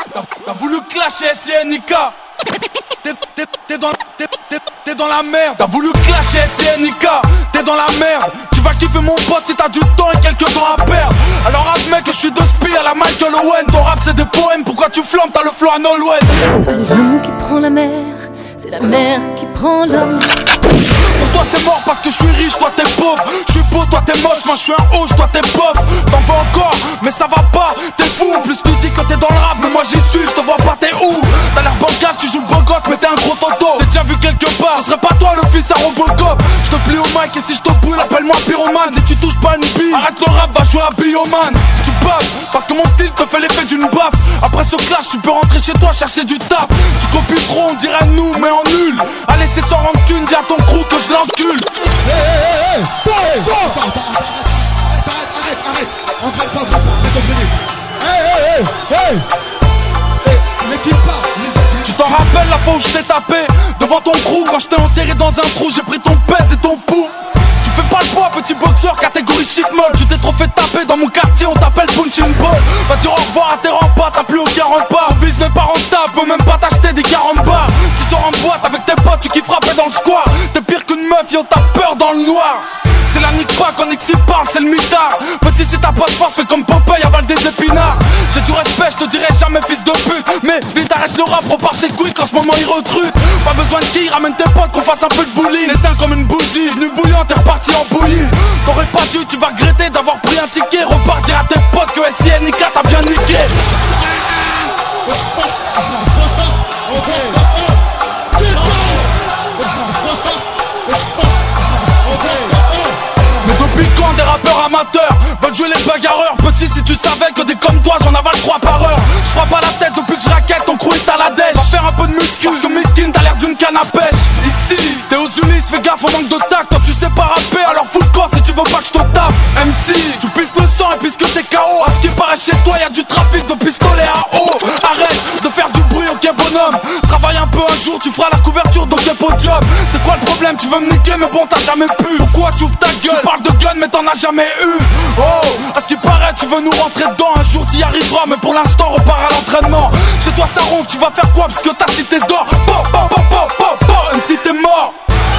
T'as voulu clasher SNK. T'es dans la merde. T'as voulu clasher SNK. T'es dans la merde. Tu vas kiffer mon pote si t'as du temps et quelques temps à perdre. Alors admets que je suis de spi à la Michael Owen. Ton rap c'est des poèmes, pourquoi tu flammes, t'as le flow à Nolwenn. C'est pas l'homme qui prend la mer, c'est la mer qui prend l'homme. Pour toi c'est mort parce que je suis riche, toi t'es pauvre. Je suis beau, toi t'es moche, moi je suis un hoche, toi t'es pauvre. T'en veux encore, mais ça va pas, t'es fou. En plus tu dis que t'es dans le rap, mais moi j'y suis, je te vois pas, t'es où? T'as l'air bancal, tu joues le beau gosse, mais t'es un gros toto. T'es déjà vu quelque part, ce serait pas toi le fils à Robocop. Je te plie au mic et si je te brûle, appelle-moi pyromane. Si tu touches pas une bille, arrête le rap, va jouer à Bioman. Tu baves, parce que mon style te fait l'effet d'une baffe. Après ce clash, tu peux rentrer chez toi chercher du taf. Tu copies trop, on dirait nous, mais en nul. Allez c'est sans rancune, dis à ton crew que je l'encule. Arrête, entraîne pas, mais tu pas. Tu t'en rappelles la fois où je t'ai tapé devant ton crew quand je t'ai enterré dans un trou, j'ai pris ton pèse et ton pouls. Tu fais pas le poids, petit boxeur, catégorie shit molle. Tu t'es trop fait taper dans mon quartier, on t'appelle punching ball. Va dire au revoir à tes remparts, t'as plus aucun rempart. Ton business n'est pas rentable, peux même pas t'acheter des carambars. Tu sors en boîte avec tes potes, tu kiffes frapper dans le square. T'es pire qu'une meuf, yo t'as peur dans le noir. C'est la nique pas qu'on s'y parle, c'est le mitard. Petit si t'as pas de force, fais comme Popeye, avale des épinards. J'ai du respect, je te dirai jamais fils de pute. Mais vite arrête le rap, repars chez Quick qu'en ce moment ils recrutent. Pas besoin de qui, ramène tes potes qu'on fasse un peu de bouillie. T'éteins comme une bougie, venu bouillant, t'es reparti en bouillie. T'aurais pas dû, tu vas regretter d'avoir pris un ticket. Repartir à tes potes que SNK t'a bien niqué. Quand des rappeurs amateurs veulent jouer les bagarreurs. Petit si tu savais que des comme toi j'en avale 3 par heure. Je frappe à la tête depuis que je raquette, ton crew est à la dèche. Va faire un peu de muscu, parce que Miskin t'as l'air d'une canne à pêche. Ici, t'es aux Ulysse, fais gaffe au manque de tact. Toi tu sais pas rapper, alors fous le corps si tu veux pas que je te tape. MC, tu pisses le sang et puisque t'es KO. À ce qui paraît chez toi y'a du trafic de pistolets à eau. Arrête de faire du bruit, ok bonhomme. Travaille un peu un jour, tu feras la couverture d'ok podium. C'est quoi le problème, tu veux me niquer mais bon t'as jamais pu. Pourquoi tu ouvres ta gueule, tu parles de gun mais t'en as jamais eu. Oh, à ce qui paraît tu veux nous rentrer dedans. Un jour t'y arriveras mais pour l'instant repars à l'entraînement. Chez toi ça ronfle, tu vas faire quoi puisque ta cité dort. MC t'es mort.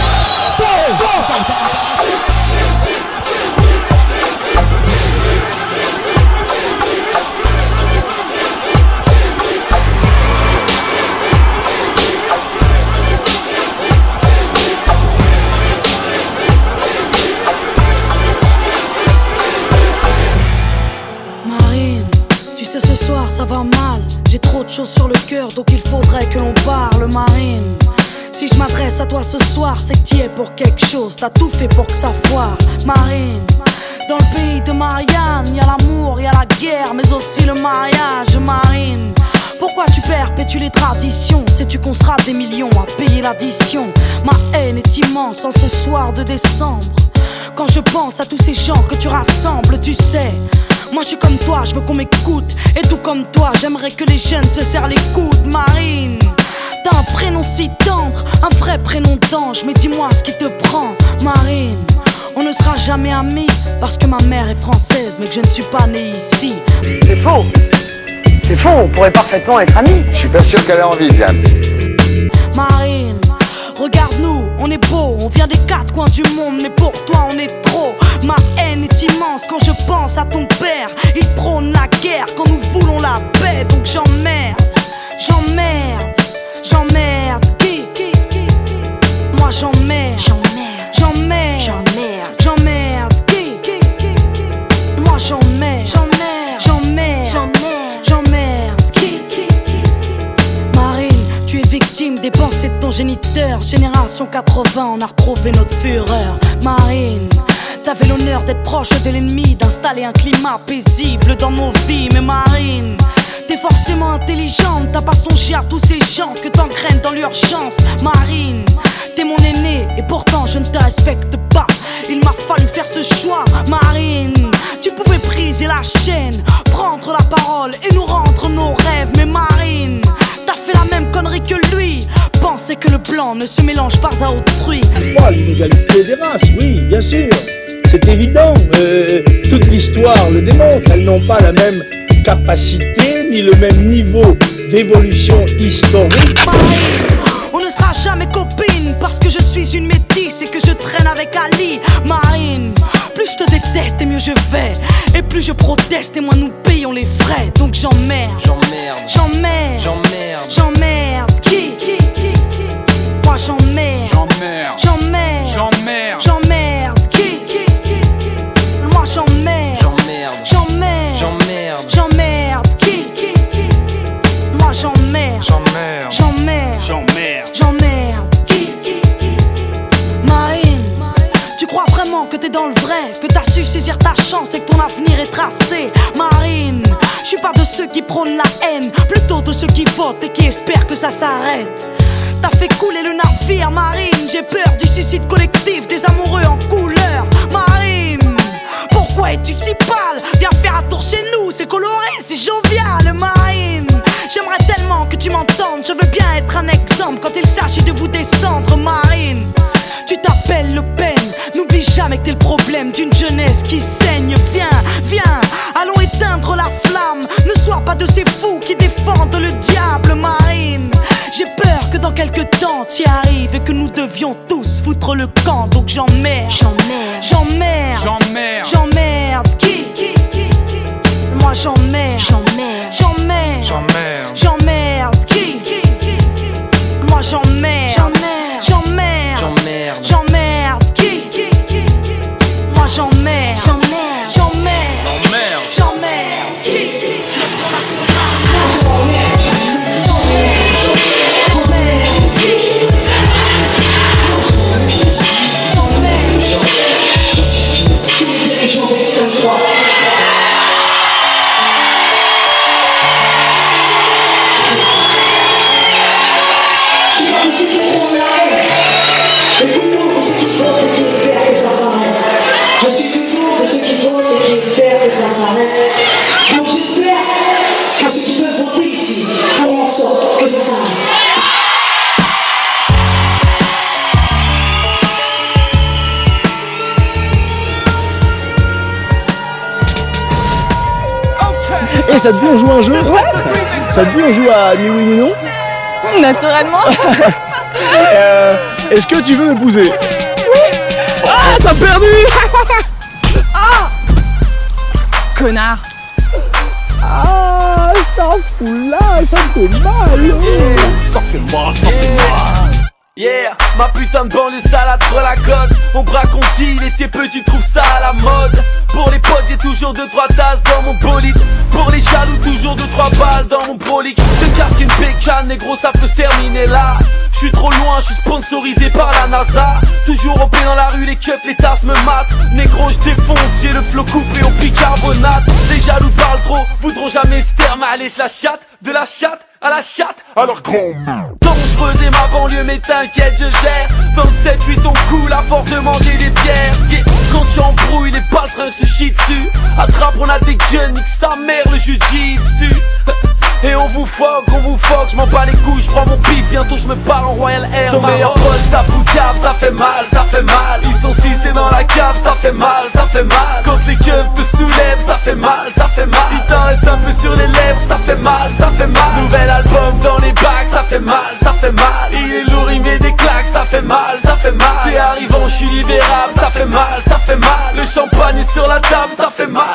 Ce soir ça va mal, j'ai trop de choses sur le cœur, donc il faudrait que l'on parle, Marine. Si je m'adresse à toi ce soir, c'est que t'y es pour quelque chose, t'as tout fait pour que ça foire, Marine. Dans le pays de Marianne, y'a l'amour, y'a la guerre, mais aussi le mariage, Marine. Pourquoi tu perpétues les traditions? Sais-tu qu'on sera des millions à payer l'addition? Ma haine est immense en ce soir de décembre. Quand je pense à tous ces gens que tu rassembles, tu sais, moi je suis comme toi, je veux qu'on m'écoute. Et tout comme toi, j'aimerais que les jeunes se serrent les coudes, Marine. T'as un prénom si tendre, un vrai prénom d'ange. Mais dis-moi ce qui te prend, Marine. On ne sera jamais amis, parce que ma mère est française, mais que je ne suis pas né ici. C'est faux. C'est faux, on pourrait parfaitement être amis. Je suis pas sûr qu'elle a envie, James. Marine, regarde-nous, on est beau, on vient des 4 coins du monde, mais pour toi on est trop. Ma haine est immense quand je pense à ton père. Il prône la guerre quand nous voulons la paix. Donc j'emmerde qui? Moi j'emmerde qui? Moi j'emmerde qui? Marine, tu es victime des pensées de ton géniteur. Génération 80, on a retrouvé notre fureur. Marine, t'avais l'honneur d'être proche de l'ennemi, d'installer un climat paisible dans nos vies. Mais Marine, t'es forcément intelligente, t'as pas songé à tous ces gens que t'engraines dans l'urgence. Marine, t'es mon aîné et pourtant je ne te respecte pas. Il m'a fallu faire ce choix, Marine. Tu pouvais briser la chaîne, prendre la parole et nous rendre nos rêves. Mais Marine, t'as fait la même connerie que lui. Penser que le blanc ne se mélange pas à autrui. L'inégalité des races, oui, bien sûr. C'est évident, toute l'histoire le démontre. Elles n'ont pas la même capacité, ni le même niveau d'évolution historique. On ne sera jamais copines parce que je suis une métisse et que je traîne avec Ali. Marine, plus je te déteste et mieux je vais. Et plus je proteste et moins nous payons les frais. Donc j'emmerde. Qui Moi j'emmerde. Qui Moi j'emmerde. Qui Moi j'emmerde. Marine, tu crois vraiment que t'es dans le vrai, que t'as su saisir ta chance et que ton avenir est tracé? Marine, je suis pas de ceux qui prônent la haine, plutôt de ceux qui votent et qui espèrent que ça s'arrête. T'as fait couler le navire, Marine, j'ai peur du suicide collectif des amoureux en couleur. Marine, pourquoi es-tu si pâle? Viens faire un tour chez nous, c'est coloré, c'est jovial. Marine, j'aimerais tellement que tu m'entendes, je veux bien être un exemple quand il s'agit de vous descendre. Marine, tu t'appelles Le Pen, n'oublie jamais que t'es le problème d'une jeunesse qui saigne. Viens, allons éteindre la flamme, ne sois pas de ces fous qui défendent le diable. Marine, j'ai peur que dans quelques temps t'y arrives et que nous devions tous foutre le camp. Donc j'emmerde. Qui Moi j'emmerde. Qui Moi j'emmerde. Qui Moi j'emmerde. Donc j'espère que ceux qui peuvent voter ici feront en sorte que ça s'arrête. Et ça te dit on joue à un jeu? Ouais. Ça te dit on joue à ni oui ni non? Naturellement. Est-ce que tu veux m'épouser? Oui. Ah, t'as perdu. Ah, connard. Ah, ça fout là, ça me fait mal. Sortez-moi. Yeah, ma putain de banlieue salade sur la côte. On braque, on deal, et t'es petit, trouve ça à la mode. Pour les potes, j'ai toujours 2-3 tasses dans mon bolide. Pour les jaloux, toujours 2-3 balles dans mon brolic. De casque une pécane, négro, ça peut se terminer là. J'suis trop loin, j'suis sponsorisé par la NASA. Toujours au pied dans la rue, les keufs, les tasses me matent. Négro, j'défonce, j'ai le flow coupé au bicarbonate. Les jaloux parlent trop, voudront jamais se taire. Mais allez, j'la chatte, de la chatte à la chatte. Alors grand dangereuse et ma banlieue, mais t'inquiète, je gère. Dans le 7-8 on coule à force de manger des pierres. Yeah. Quand tu embrouilles, les baltringues se chient dessus. Attrape, on a des guns, nique sa mère, le jujitsu. Et on vous fuck, je m'en bats les couilles, je prends mon pif, bientôt je me pars en Royal Air. Ton meilleur pote, ta poucave, ça fait mal. Ils sont 6, t'es dans la cave, ça fait mal. Quand les keufs te soulèvent, ça fait mal. Il t'en reste un peu sur les lèvres, ça fait mal. Nouvel album dans les bacs, ça fait mal. Il est lourd, il met des claques, ça fait mal. T'es arrivant, je suis libérable, ça fait mal. Le champagne est sur la table, ça fait mal.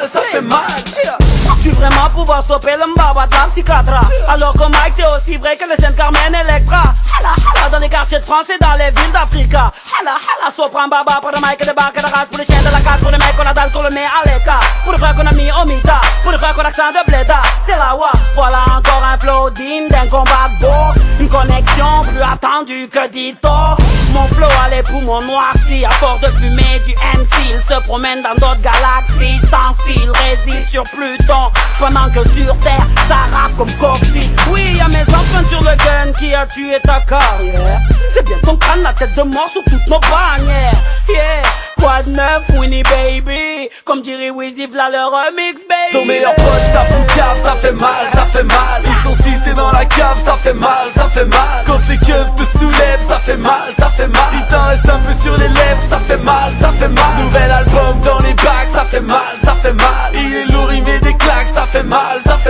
Je suis vraiment pouvoir stopper le mbaba de la psychiatra. Alors que Mike, t'es aussi vrai que le Saint-Carmen Electra. Hala, dans les quartiers de France et dans les villes d'Africa. Hala, sopran baba pour le Mike et le bar et la race. Pour les chiens de la carte, pour les mecs qu'on a dalle, qu'on le met à l'écart. Pour le frère qu'on a mis au mita, pour le frère qu'on a accent de bléda. C'est la wa, voilà encore un flow digne d'un combat de boxe. Une connexion plus attendue que Dito. Mon flow a les poumons noircis, à force de fumer du MC. Il se promène dans d'autres galaxies, sans style, réside sur Pluton. Pendant que sur Terre, ça rappe comme Coxy. Oui, y'a mes empreintes sur le gun qui a tué ta carrière. C'est bien ton crâne, la tête de mort sur toutes nos bannières. Yeah, quoi de neuf, Winnie baby. Comme dirait Wizzy, v'là le remix, baby. Ton meilleur pote, ta poucave, ça fait mal. Ils sont 6, t'es dans la cave, ça fait mal. Quand les keufs te soulèvent, ça fait mal. Il t'en reste un peu sur les lèvres, ça fait mal. Nouvel album dans les bacs, ça fait mal. Il est lourd, il met des claques, ça fait mal.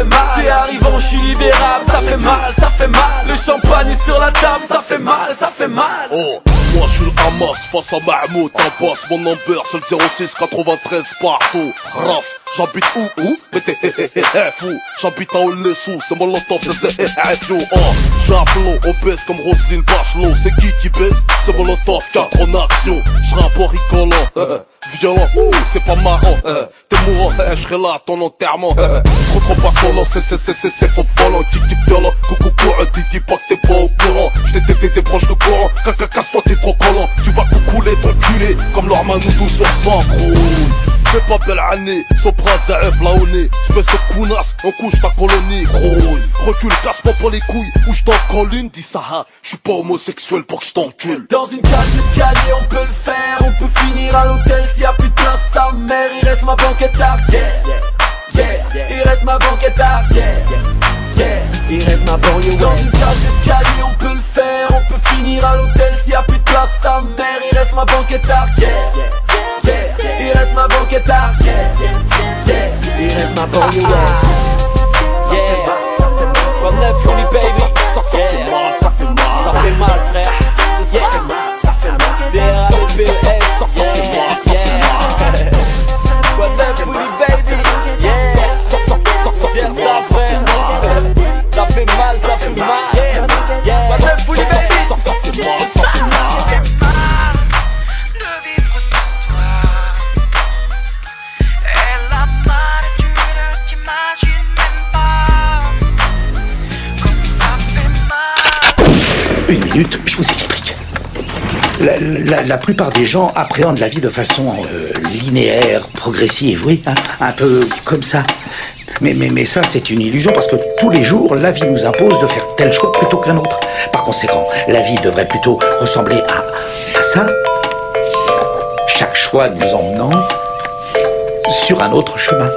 dame, ça fait mal, ça fait mal. Oh, moi je suis le Hamas face à Mahmoud, un boss, mon number c'est le 06 93 partout. Race, j'habite où? Mais t'es fou, j'habite à Oulessou, c'est mon lotov, c'est yo. Oh, j'appelons, on baisse comme Roselyne Bachelot, c'est qui baisse? C'est mon lotov, 4 en action, j'rappe en rigolant, violent, c'est pas marrant, t'es mourant, j'serai là à ton enterrement, trop pas solo, c'est faux volant, kick violent, coucou dis pas que t'es pas au courant, j't'ai proche de courant, casse-toi t'es trop collant, tu vas coucouler ton culé, comme leur Manoudou sur 100 gros. Fais pas belle année, Sopra, Zaev, là au nez, espèce de counasse, on couche ta colonie, gros. Recule, casse-moi pas les couilles, ou j't'en colle une, dis ça, j'suis pas homosexuel pour que j't'encule. Dans une cage d'escalier, on peut le faire, on peut finir à l'hôtel s'il y a plus de place, sa mère, il reste ma banquette arrière, il reste ma banquette arrière, il reste ma banlieue. Dans une cage d'escalier, on peut le faire, on peut finir à l'hôtel s'il y a plus de place, sa mère, il reste ma banquette arrière, il reste ma banquette arrière, il reste ma banlieue ouest. Comme neuf Fully baby, ça fait mal, ça fait mal, ça fait mal frère, ça fait mal, D-R-A-B-E-S, ça fait mal, ça fait mal. Comme neuf Fully baby, j'aime ça frère, ça fait mal, ça fait mal. Comme neuf Fully baby, ça fait mal, ça fait mal. Une minute, je vous explique. La plupart des gens appréhendent la vie de façon linéaire, progressive, oui, hein, un peu comme ça. Mais ça, c'est une illusion parce que tous les jours, la vie nous impose de faire tel choix plutôt qu'un autre. Par conséquent, la vie devrait plutôt ressembler à ça. Chaque choix nous emmenant sur un autre chemin.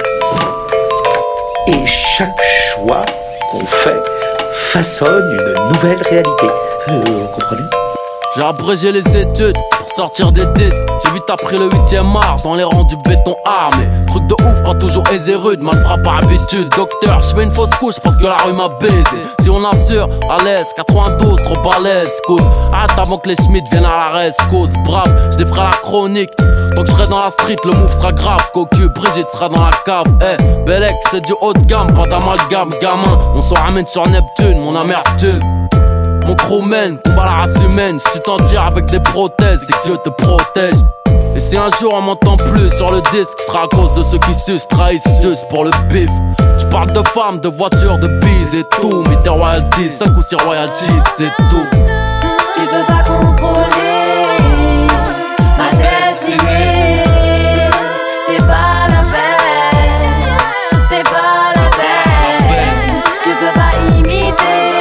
Et chaque choix qu'on fait façonne une nouvelle réalité. Vous comprenez? J'ai abrégé les études pour sortir des disques. J'ai vite appris le 8e art dans les rangs du béton armé. Truc de ouf, pas toujours aisé rude, mal frappé par habitude. Docteur, j'fais une fausse couche parce que la rue m'a baisé. Si on assure, à l'aise, 92, trop balèze, cause. Hâte avant que les Schmitt viennent à la rescousse. Brave, j'défrais la chronique. Tant que j'serai dans la street, le move sera grave. Cocu, Brigitte sera dans la cave. Bellec, c'est du haut de gamme, pas d'amalgame, gamin. On s'en ramène sur Neptune, mon amertume. Mon crew mène, combat la race humaine. Si tu t'en tires avec des prothèses, c'est que Dieu te protège. Et si un jour on m'entend plus sur le disque, ce sera à cause de ceux qui sucent, trahissent juste pour le bif. Tu parles de femmes, de voitures, de bises et tout. Mais tes royalties, 5 ou 6 royalties, c'est tout. Tu peux pas contrôler ma destinée. C'est pas la peine, c'est pas la peine. Tu peux pas imiter.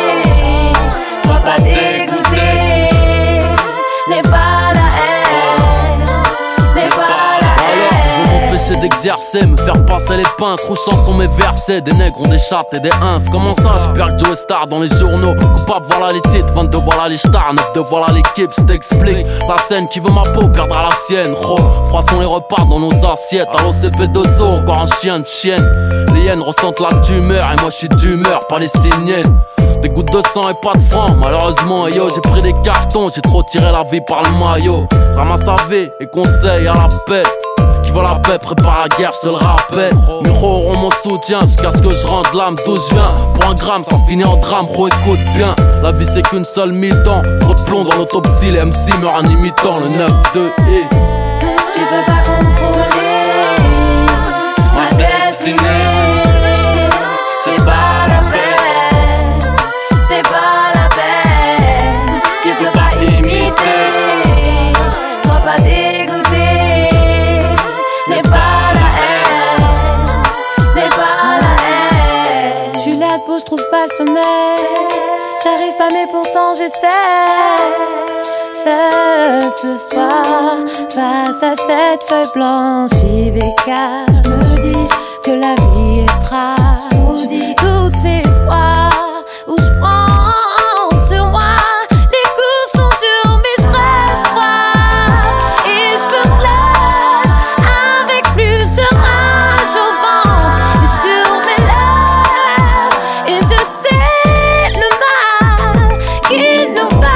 Pas dégoûté, n'est pas la haine, n'est pas la haine. Alors, vous m'empêchez d'exercer, me faire passer les pinces. Rouge chanson mes versets, des nègres ont des chattes et des ins. Comment ça, je perds Joe Star dans les journaux. Coupable, voilà les titres, 22, voilà les stars, 9 de voilà l'équipe, je t'explique. La scène qui veut ma peau perdra la sienne. Froissons les repas dans nos assiettes. Allo CP2O, encore un chien de chienne. Les hyènes ressentent la tumeur et moi je suis d'humeur palestinienne. Des gouttes de sang et pas de francs, malheureusement, yo, j'ai pris des cartons, j'ai trop tiré la vie par le maillot. Je ramasse à vie et conseil à la paix. Qui veut la paix, prépare la guerre, je te le rappelle. Mes auront mon soutien jusqu'à ce que je rentre l'âme d'où je viens. Pour un gramme, ça finit en drame, écoute bien. La vie c'est qu'une seule mi-temps. Trop de plomb dans l'autopsie, les MC meurent en imitant le 9-2 et... Tu peux pas contrôler ma destinée. C'est pas la peine, c'est pas la peine. Tu peux pas imiter, sois pas dégoûté. N'est pas la haine, n'est pas la haine. Je suis là de beau, je trouve pas le sommeil. J'arrive pas mais pourtant j'essaie. Ce soir, face à cette feuille blanche IVK, je me dis que la vie est trash. Toutes ces fois où je prends sur moi, les coups sont durs mais je reste froid. Et je me lève avec plus de rage au ventre et sur mes lèvres. Et je sais le mal qu'il nous fait.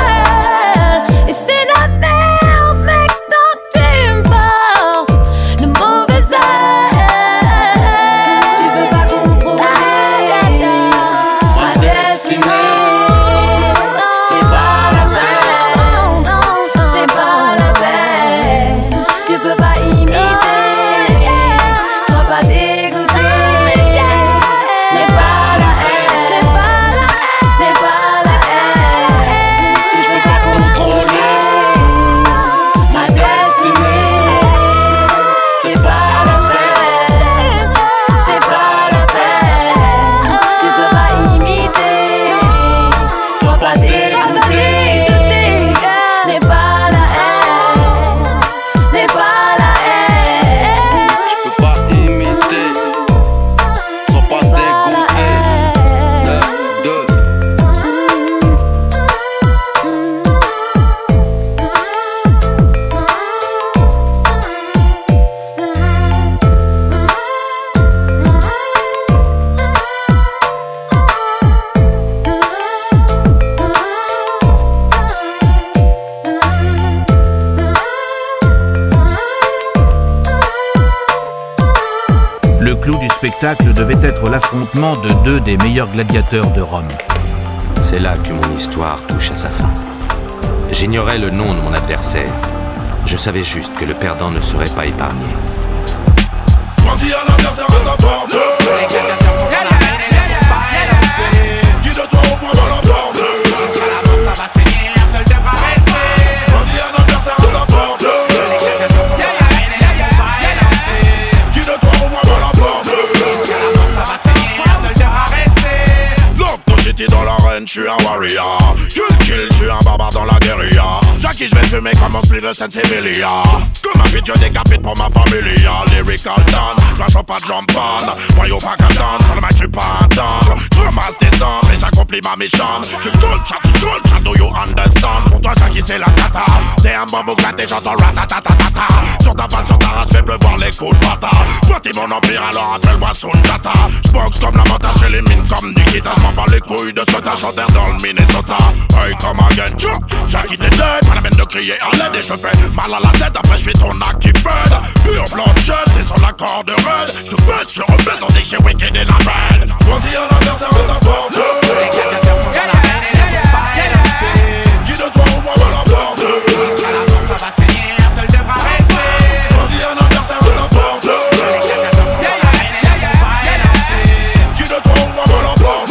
spectacle devait être l'affrontement de deux des meilleurs gladiateurs de Rome. C'est là que mon histoire touche à sa fin. J'ignorais le nom de mon adversaire. Je savais juste que le perdant ne serait pas épargné. Choisis un adversaire à ta porte. Les gladiateurs sont dans l'arène. Guide-toi au moins dans la porte. Jusqu'à la mort ça va saigner, un seul devra rester. Choisis un adversaire à ta porte. Les gladiateurs sont dans l'arène. Guide-toi au moins dans la porte. Jusqu'à la mort ça va saigner, un seul devra rester. Loco City dans l'arène, je suis un warrior. Kill, je suis un barbare dans la guérilla. Jackie, je vais fumer comme on Sliver Sensibilia. Comme un vidéo décapite pour ma familia. Lyrical Dan, j'm'achète pas de jambon. Voyons pas qu'à danse, sur le mic j'suis pas un dingue. J'ramasse des cendres et j'accomplis ma mission. Tu chat, do you understand? Pour toi Jackie c'est la cata. T'es un bambou glatté, j'entends ratatatatata. Sur ta face, sur ta race, fais pleuvoir les coups de bata. Bâtis mon empire alors appelle-moi Sunjata. J'boxe comme la mentale, j'ai les mines comme Nikita. J'm'en bats les couilles de ce que t'as chanté dans le Minnesota. Hey come again, Jackie t'es dead. Pas la peine de crier à l'aide et je fais mal à la tête. Après je suis ton active red. Pure bloodshed, t'es sur la corde raide. Je baisse, je rebaisse, on dit que j'ai wicked et la reine. Choisis un adversaire à ta porte. Les gladiateurs sont dans l'arène. Guide-toi au moins dans la porte. Jusqu'à la mort ça va saigner, un seul devra rester. Choisis un adversaire à ta porte. Les gladiateurs sont dans l'arène. Guide-toi au moins dans la porte.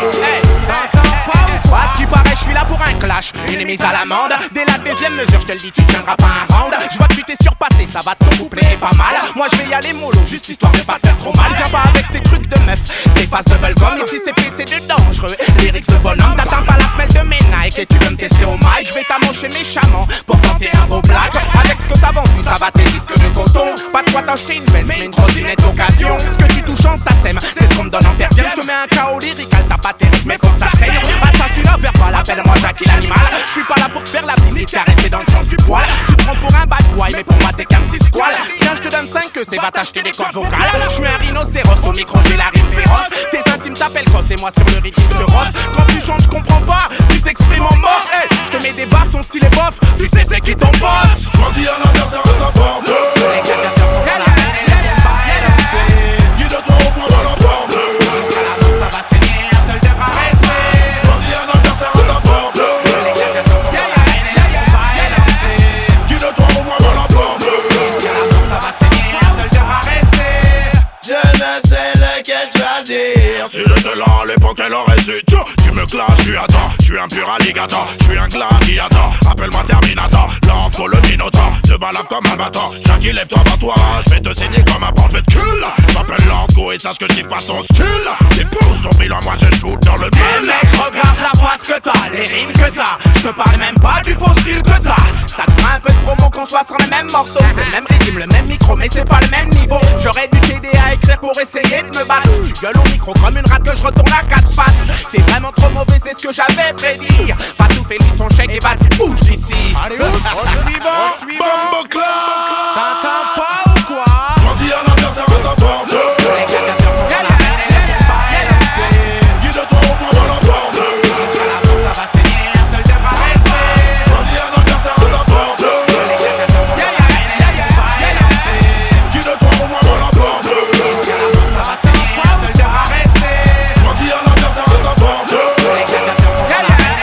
À ce qui paraît, je suis là pour un clash, une mise à l'amende. Dès la deuxième mesure, je te le dis, tu tiendras pas un round. Je vois que tu t'es surpassé, ça va ton couplet est pas mal. Moi je vais y aller mollo, juste histoire de pas te faire trop mal. Viens pas avec tes trucs de meuf, tes faces de bubblegum. Ici c'est PC de dangereux, lyrics de bonhomme. T'atteins pas la semelle de mes Nike et tu veux me tester au mic. Je vais t'amancher méchamment pour tenter un beau blague. Avec ce que t'as vendu, ça va tes disques de coton. Pas de quoi t'acheter une Benz, mais une trottinette d'occasion. Ce que tu touches en ça sème, c'est ce qu'on me donne en perdien. Je te mets un KO lyrical, t'as pas terrible, mais faut que ça saigne. Assassinat verbal, appelle-moi Jackie l'animal. Je suis pas là pour te faire la bise et te caresser dans le sens du poil. Tu te prends pour un bad boy, mais pour moi t'es qu'un petit squal. Viens, je te donne 5 que c'est va t'acheter des cordes vocales. Je suis un rhinocéros, au micro j'ai la rime féroce. Tes intimes t'appellent cross et moi sur le rythme je te rosse. Quand tu chantes, je comprends pas, tu t'exprimes en mort. Hey, je te mets des baffes, ton style est bof, tu sais c'est qui ton boss. Choisis un adversaire à ta porte. Les gladiateurs sont dans l'arène. Guide-toi au moins dans la porte. Jusqu'à la mort ça va saigner, un seul devra rester. Choisis un adversaire à ta porte. Les gladiateurs sont dans l'arène. Guide-toi au moins dans la porte. Jusqu'à la mort ça va saigner, un seul devra rester. Je ne sais lequel choisir. Si j'étais là à l'époque elle aurait su. Tu me clashes, tu attends. Je suis un pur alligator, je suis un gladiator. Appelle-moi Terminator, l'enco le minotaure. Te balade comme un battant. Jackie lève-toi, bats-toi. Je vais te saigner comme un porte, je vais te cul. Je m'appelle l'enco et sache que je kiffe pas ton style. Dépose ton bilan, moi je shoot dans le mille. Hey mec, regarde la face que t'as, les rimes que t'as. Je te parle même pas du faux style que t'as. Ça te fera un peu de promo qu'on soit sur les mêmes morceaux. C'est le même rythme, le même micro, mais c'est pas le même niveau. J'aurais dû t'aider à écrire pour essayer de me battre. Tu gueules au micro comme une rate que je retourne à 4 pattes. T'es vraiment trop mauvais, c'est ce que j'avais prédit. Pas tout fait lui son chèque et vas-y bouge d'ici. Allez, au suivant, Bombo Club. T'entends pas ou quoi? Choisis un adversaire à ta porte. Les gladiateurs sont dans l'arène. Guide-toi au moins dans la porte. Jusqu'à la mort ça va saigner, un seul devra rester. Choisis un adversaire à ta porte. Les gladiateurs sont dans l'arène. Guide-toi au moins dans la porte. Jusqu'à la mort ça va saigner, un seul devra rester. Choisis un adversaire à ta porte. Les gladiateurs sont dans l'arène.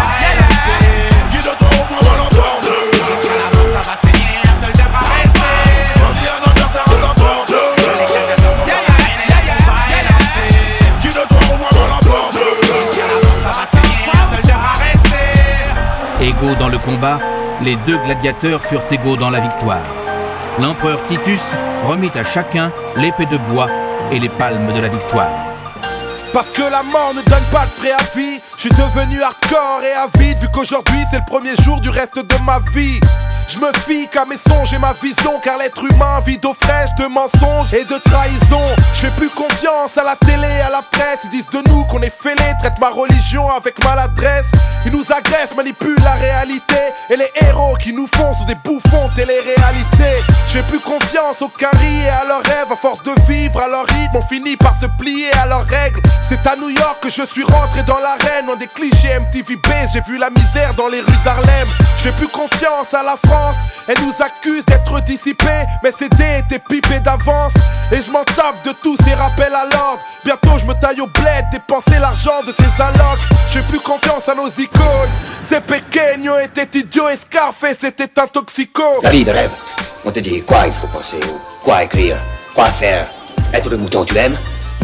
Guide-toi au moins dans la porte. Jusqu'à la mort ça va saigner, un seul devra rester. Choisis un adversaire à ta porte. Les gladiateurs sont dans l'arène. Guide-toi au moins dans la porte. Jusqu'à la mort ça va saigner, un seul devra rester. Égaux dans le combat, les deux gladiateurs furent égaux dans la victoire. L'empereur Titus remit à chacun l'épée de bois et les palmes de la victoire. Parce que la mort ne donne pas de préavis, je suis devenu hardcore et avide. Vu qu'aujourd'hui c'est le premier jour du reste de ma vie. Je me fie qu'à mes songes et ma vision, car l'être humain vit d'eau fraîche, de mensonges et de trahison. Je fais plus confiance à la télé, à la presse. Ils disent de nous qu'on est fêlés, traitent ma religion avec maladresse. Ils nous agressent, manipulent la réalité. Et les héros qui nous font sont des bouffons de télé-réalité. Je fais plus confiance aux caries et à leurs rêves. À force de vivre à leur rythme, on finit par se plier à leurs règles. C'est à New York que je suis rentré dans l'arène. Loin des clichés MTVB, j'ai vu la misère dans les rues d'Harlem. J'ai plus confiance à la France. Elle nous accuse d'être dissipés, mais ces dés étaient pipés d'avance. Et je m'en tape de tous ces rappels à l'ordre. Bientôt je me taille au bled, dépenser l'argent de ces allocs. J'ai plus confiance à nos icônes. Ces pequeños étaient idiots et Scarface était un toxico. La vie de rêve. On te dit quoi il faut penser, ou quoi écrire, quoi faire. Être le mouton tu aimes?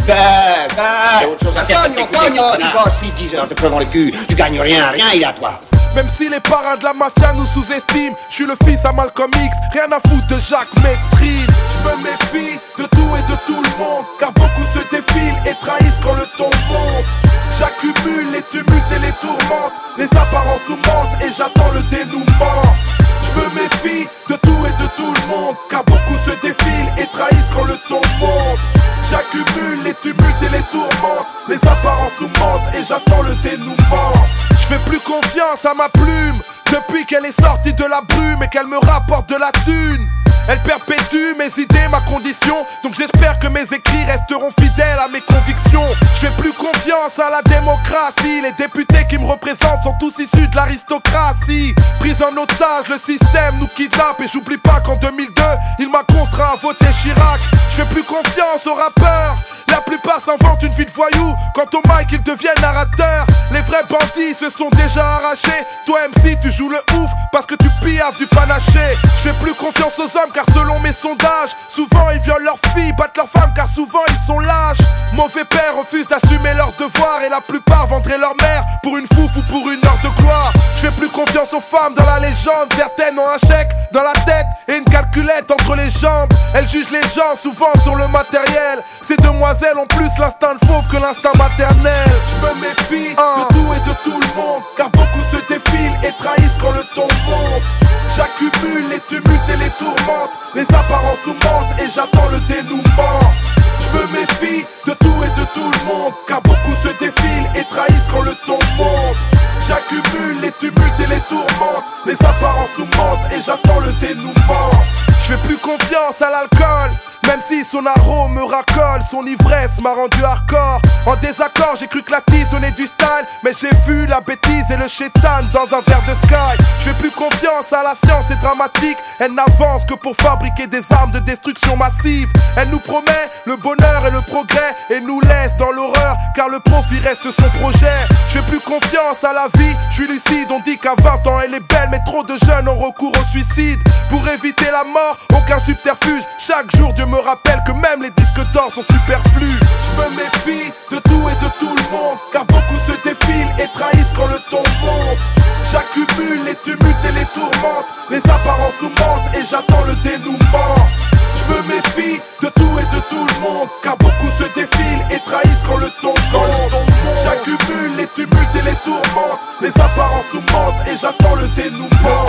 J'ai autre chose à faire que de t'écouter, mon connard. Je suis 10 heures de crevant le cul, tu gagnes rien, rien il est à toi. Même si les parrains de la mafia nous sous-estiment, je suis le fils à Malcolm X, rien à foutre de Jacques Mesrine. Je me méfie de tout et de tout le monde, car beaucoup se défilent et trahissent quand le ton monte. J'accumule les tumultes et les tourmentes, les apparences nous mentent et j'attends le dénouement. Je me méfie de tout et de tout le monde, car beaucoup se défilent et trahissent quand le ton monte. J'accumule les tumultes et les tourmentes, les apparences nous mentent et j'attends le dénouement. Je fais plus confiance à ma plume depuis qu'elle est sortie de la brume et qu'elle me rapporte de la thune. Elle perpétue mes idées, ma condition. Donc j'espère que mes écrits resteront fidèles à mes convictions. Je fais plus confiance à la démocratie. Les députés qui me représentent sont tous issus de l'aristocratie. Pris en otage, le système nous kidnappe. Et j'oublie pas qu'en 2002, il m'a contraint à voter Chirac. Je fais plus confiance aux rappeurs. La plupart s'inventent une vie de voyou. Quant au mic, ils deviennent narrateurs. Les vrais bandits se sont déjà arrachés. Toi MC, tu joues le ouf parce que tu piaffes du panaché. Je fais plus confiance aux hommes car selon mes sondages, souvent ils violent leurs filles, battent leurs femmes car souvent ils sont lâches. Mauvais pères refusent d'assumer leurs devoirs et la plupart vendraient leur mère pour une fouf ou pour une heure de gloire. Je fais plus confiance aux femmes dans la légende. Certaines ont un chèque dans la tête et une calculette entre les jambes. Elles jugent les gens souvent sur le matériel. Ces demoiselles ont plus l'instinct de fauve que l'instinct maternel. Je me méfie de tout et de tout le monde, car beaucoup se défilent et trahissent quand le ton monte. J'accumule les tumultes et les tourmentes, les apparences nous mentent et j'attends le dénouement. Je me méfie de tout et de tout le monde, car beaucoup se défilent et trahissent quand le ton monte. J'accumule les tumultes et les tourmentes, les apparences nous mentent et j'attends le dénouement. Je fais plus confiance à l'alcool, même si son arôme me racole, son ivresse m'a rendu hardcore. En désaccord, j'ai cru que la tisse donnait du style, mais j'ai vu la bêtise et le chétan dans un verre de sky. Je fais plus confiance à la science, c'est dramatique. Elle n'avance que pour fabriquer des armes de destruction massive. Elle nous promet le bonheur et le progrès et nous laisse dans l'horreur, car le profit reste son projet. Je fais plus confiance à la vie, je suis lucide. On dit qu'à 20 ans elle est belle, mais trop de jeunes ont recours au suicide. Pour éviter la mort, aucun subterfuge. Chaque jour Dieu me rappelle que même les disques d'or sont superflus. Je me méfie de tout et de tout le monde, car beaucoup se défilent et trahissent quand le ton monte. J'accumule les tumultes et les tourmentes, les apparences nous mentent et j'attends le dénouement. Je me méfie de tout et de tout le monde, car beaucoup se défilent et trahissent quand le ton monte. J'accumule les tumultes et les tourmentes, les apparences nous mentent et j'attends le dénouement.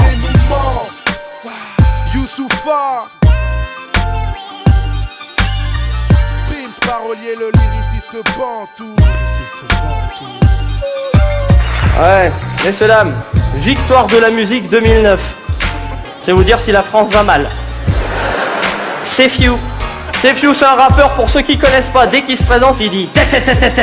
Youssoupha, Prince parolier, le lyriciste Bantou. Ouais, messieurs dames, victoire de la musique 2009. Je vais vous dire si la France va mal. C'est Few. C'est Few, c'est un rappeur pour ceux qui connaissent pas. Dès qu'il se présente, il dit c'est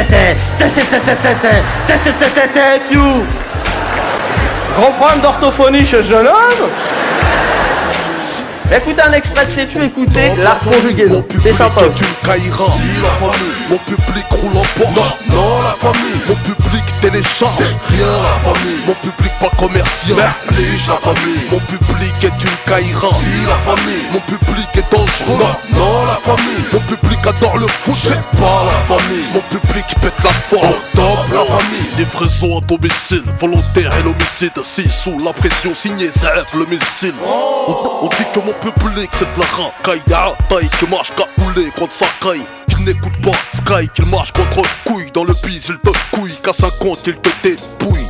Few. Grand problème d'orthophonie chez ce jeune homme. Écoutez un extrait de C'est Few, écoutez la conjugaison. C'est sympa. Si la famille, mon public roule en Porsche. Non, la famille, mon public télécharge. C'est rien la famille, mon public pas commercial. Merlige la famille, mon public est une caïra. Si la famille, mon public est dangereux. Non, la famille, mon public adore le foot. C'est pas la famille, mon public pète la forme. Top la famille, livraison à domicile, volontaire et l'homicide. Si sous la pression, signé Zef le missile. On dit que mon public c'est de la racaille. Taille qui marche capoulé contre sa caille. Qu'il n'écoute pas Sky, qu'il marche contre couille. Dans le bise il te couille, qu'à 50 il te dépouille.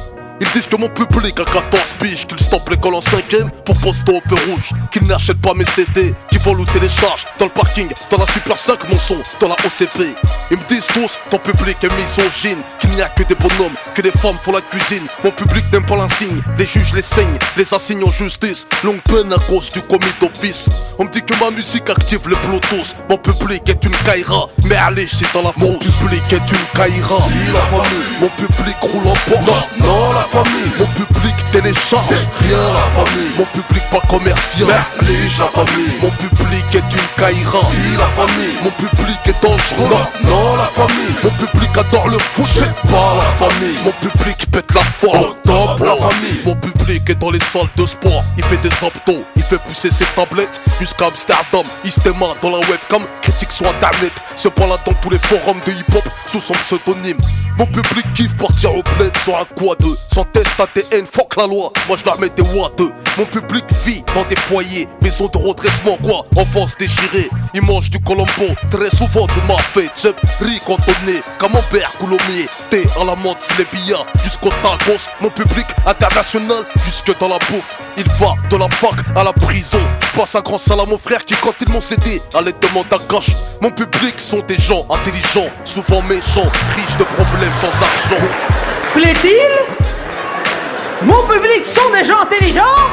Ils disent que mon public a 14 piges, qu'ils stoppent l'école en 5ème pour poster au feu rouge, qu'ils n'achètent pas mes CD, qu'ils volent ou téléchargent dans le parking, dans la Super 5 mon son, dans la OCP. Ils me disent tous, ton public est misogyne, qu'il n'y a que des bonhommes, que les femmes font la cuisine. Mon public n'aime pas l'insigne, les juges les saignent, les assignent en justice. Longue peine à cause du commis d'office. On me dit que ma musique active le Bluetooth. Mon public est une caïra, mais allez, c'est dans la frousse. Mon public est une caïra, si la famille. Mon public roule en Porsche, non la famille. Mon public télécharge, c'est rien la famille. Mon public pas commercial, mais allez, la famille. Mon public est une caïra, si la famille. Mon public est dangereux, non la famille. Mon public adore le foot, c'est pas la famille. Mon public pète la forme, top la famille. Mon public est dans les salles de sport, il fait des abdos, il fait pousser ses tablettes jusqu'à Amsterdam. Il se démarre dans la webcam, critique sur internet, se balade dans tous les forums de hip-hop sous son pseudonyme. Mon public kiffe partir au bled sur un quad, sans test ADN, fuck la loi, moi je la mets des watts. Mon public vit dans des foyers, maison de redressement quoi, enfance déchirée. Il mange du colombo, très souvent du mafé, Jeb, riz cantonné, camembert, coulommier, thé à la menthe, les billards, jusqu'au tacos. Mon public international, jusque dans la bouffe. Il va de la fac à la prison. Je passe un grand salam à mon frère qui quand ils m'ont cédé allait demander à cash. Mon public sont des gens intelligents, souvent méchants, riches de problèmes sans argent. Plaît-il? Mon public sont des gens intelligents?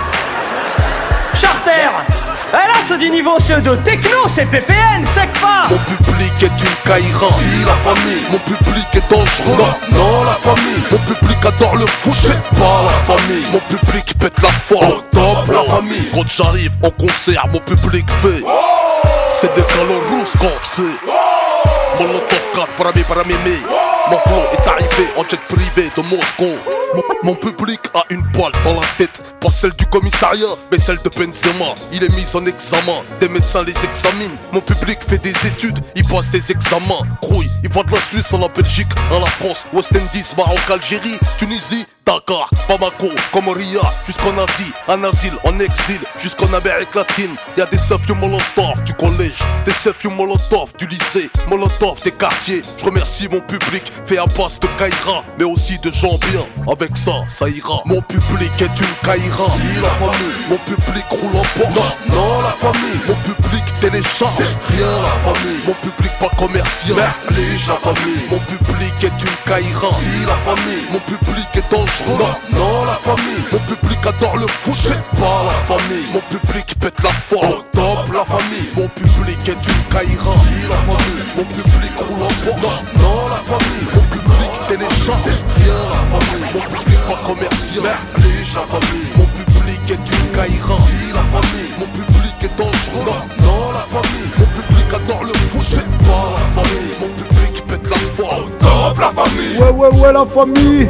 Charter. Là c'est du niveau CE2 techno, c'est PPN, c'est pas. Mon public est une caïra, si la famille. Mon public est dangereux, non la famille. Mon public adore le foot, c'est pas la famille. Mon public pète la forme, top la famille. Quand j'arrive en concert, mon public fait c'est des calors rousses qu'on fait. Molotov 4 para mimi. Mon flow est arrivé en jet privé de Moscou. Mon public a une balle dans la tête, pas celle du commissariat, mais celle de Benzema. Il est mis en examen, des médecins les examinent. Mon public fait des études, il passe des examens. Crouille, il va de la Suisse à la Belgique, à la France, West Indies, Maroc, Algérie, Tunisie, Dakar, Bamako, Comoria, jusqu'en Asie, en asile, en exil, jusqu'en Amérique latine. Y'a des selfies Molotov du collège, des selfies Molotov du lycée, Molotov des quartiers. Je remercie mon public, fait à base de caïra, mais aussi de gens bien. Avec ça, ça ira. Mon public est une caïra, si la famille. Mon public roule en Porsche, non la famille. Mon public télécharge, c'est rien la famille. Mon public pas commercial, mais allez, la famille. Mon public est une caïra, si la famille. Mon public est dangereux, non la famille. Mon public adore le foot, c'est pas la famille. Mon public pète la forme, top la famille. Mon public est une caïra, si la famille. Mon public roule en Porsche, non la famille. Mon public télécharge, c'est rien la famille. Mon public pas commercial, mais allez, la famille. Mon public est une caïra, si la famille. Mon public est dangereux, non la famille. Mon public adore le foot, c'est pas la famille. Mon public pète la forme, top la famille. Ouais la famille.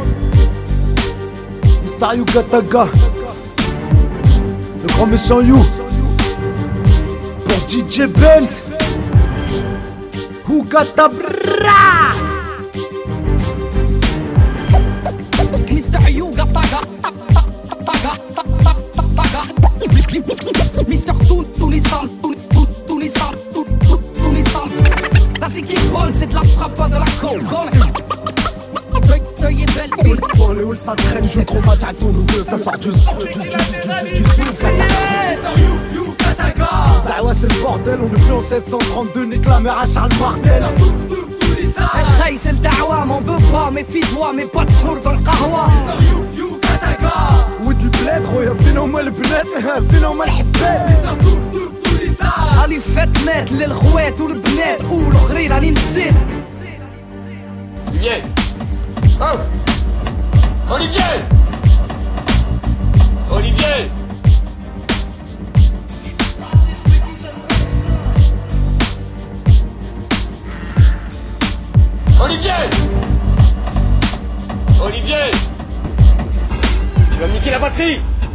Mr. Yugataga, le grand méchant You. Pour DJ Benz, Hugatabra. Mr. Yugataga, Mr. tous les salles, tous les salles, tous les salles. La c'est qui bonne, c'est de la frappe, pas de la colle. L'œil est belle, fille. Pour le hall ça traîne, je gros match à tout nouveau. Ça sort du souk. Bah ouais c'est le bordel, on est plus en 732, nique la mère à Charles Martel. Hey, c'est le dawa, m'en veux pas, méfie-toi, mais pas de sourd dans le kahwa. ود البلاد خويا فينا هما البنات فينا هما الحبات. راني فاتنات للخوات والبنات والاخرين راني نسيت. Olivier. Hein? Olivier. Olivier. Olivier. Olivier. Tu vas me niquer la batterie.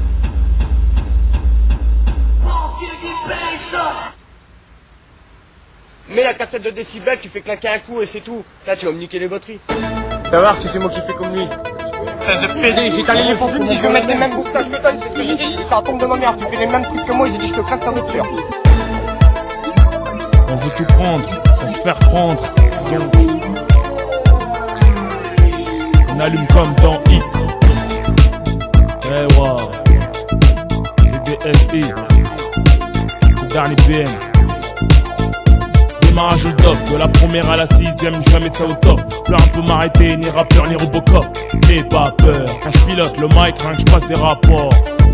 Mets la cassette de décibels, tu fais claquer un coup et c'est tout. Là, tu vas me niquer les batteries. Tu vas voir si c'est moi qui fais comme lui. Espèce de PD, j'ai allé les foncer, je vais mettre les mêmes bouffes, je te donne, c'est ce que j'ai dit. Ça tombe de ma mère, tu fais les mêmes trucs que moi, j'ai dit je te classe ta voiture. On veut tout prendre, sans se faire prendre. Donc, on allume comme dans Hit. Eh wow. DBSI. Le dernier BM. Démarrage le top, de la première à la sixième, jamais de ça au top. Pleure un peu m'arrêter, ni rappeur ni Robocop. N'aie pas peur, quand je pilote le mic, rien que je passe des rapports.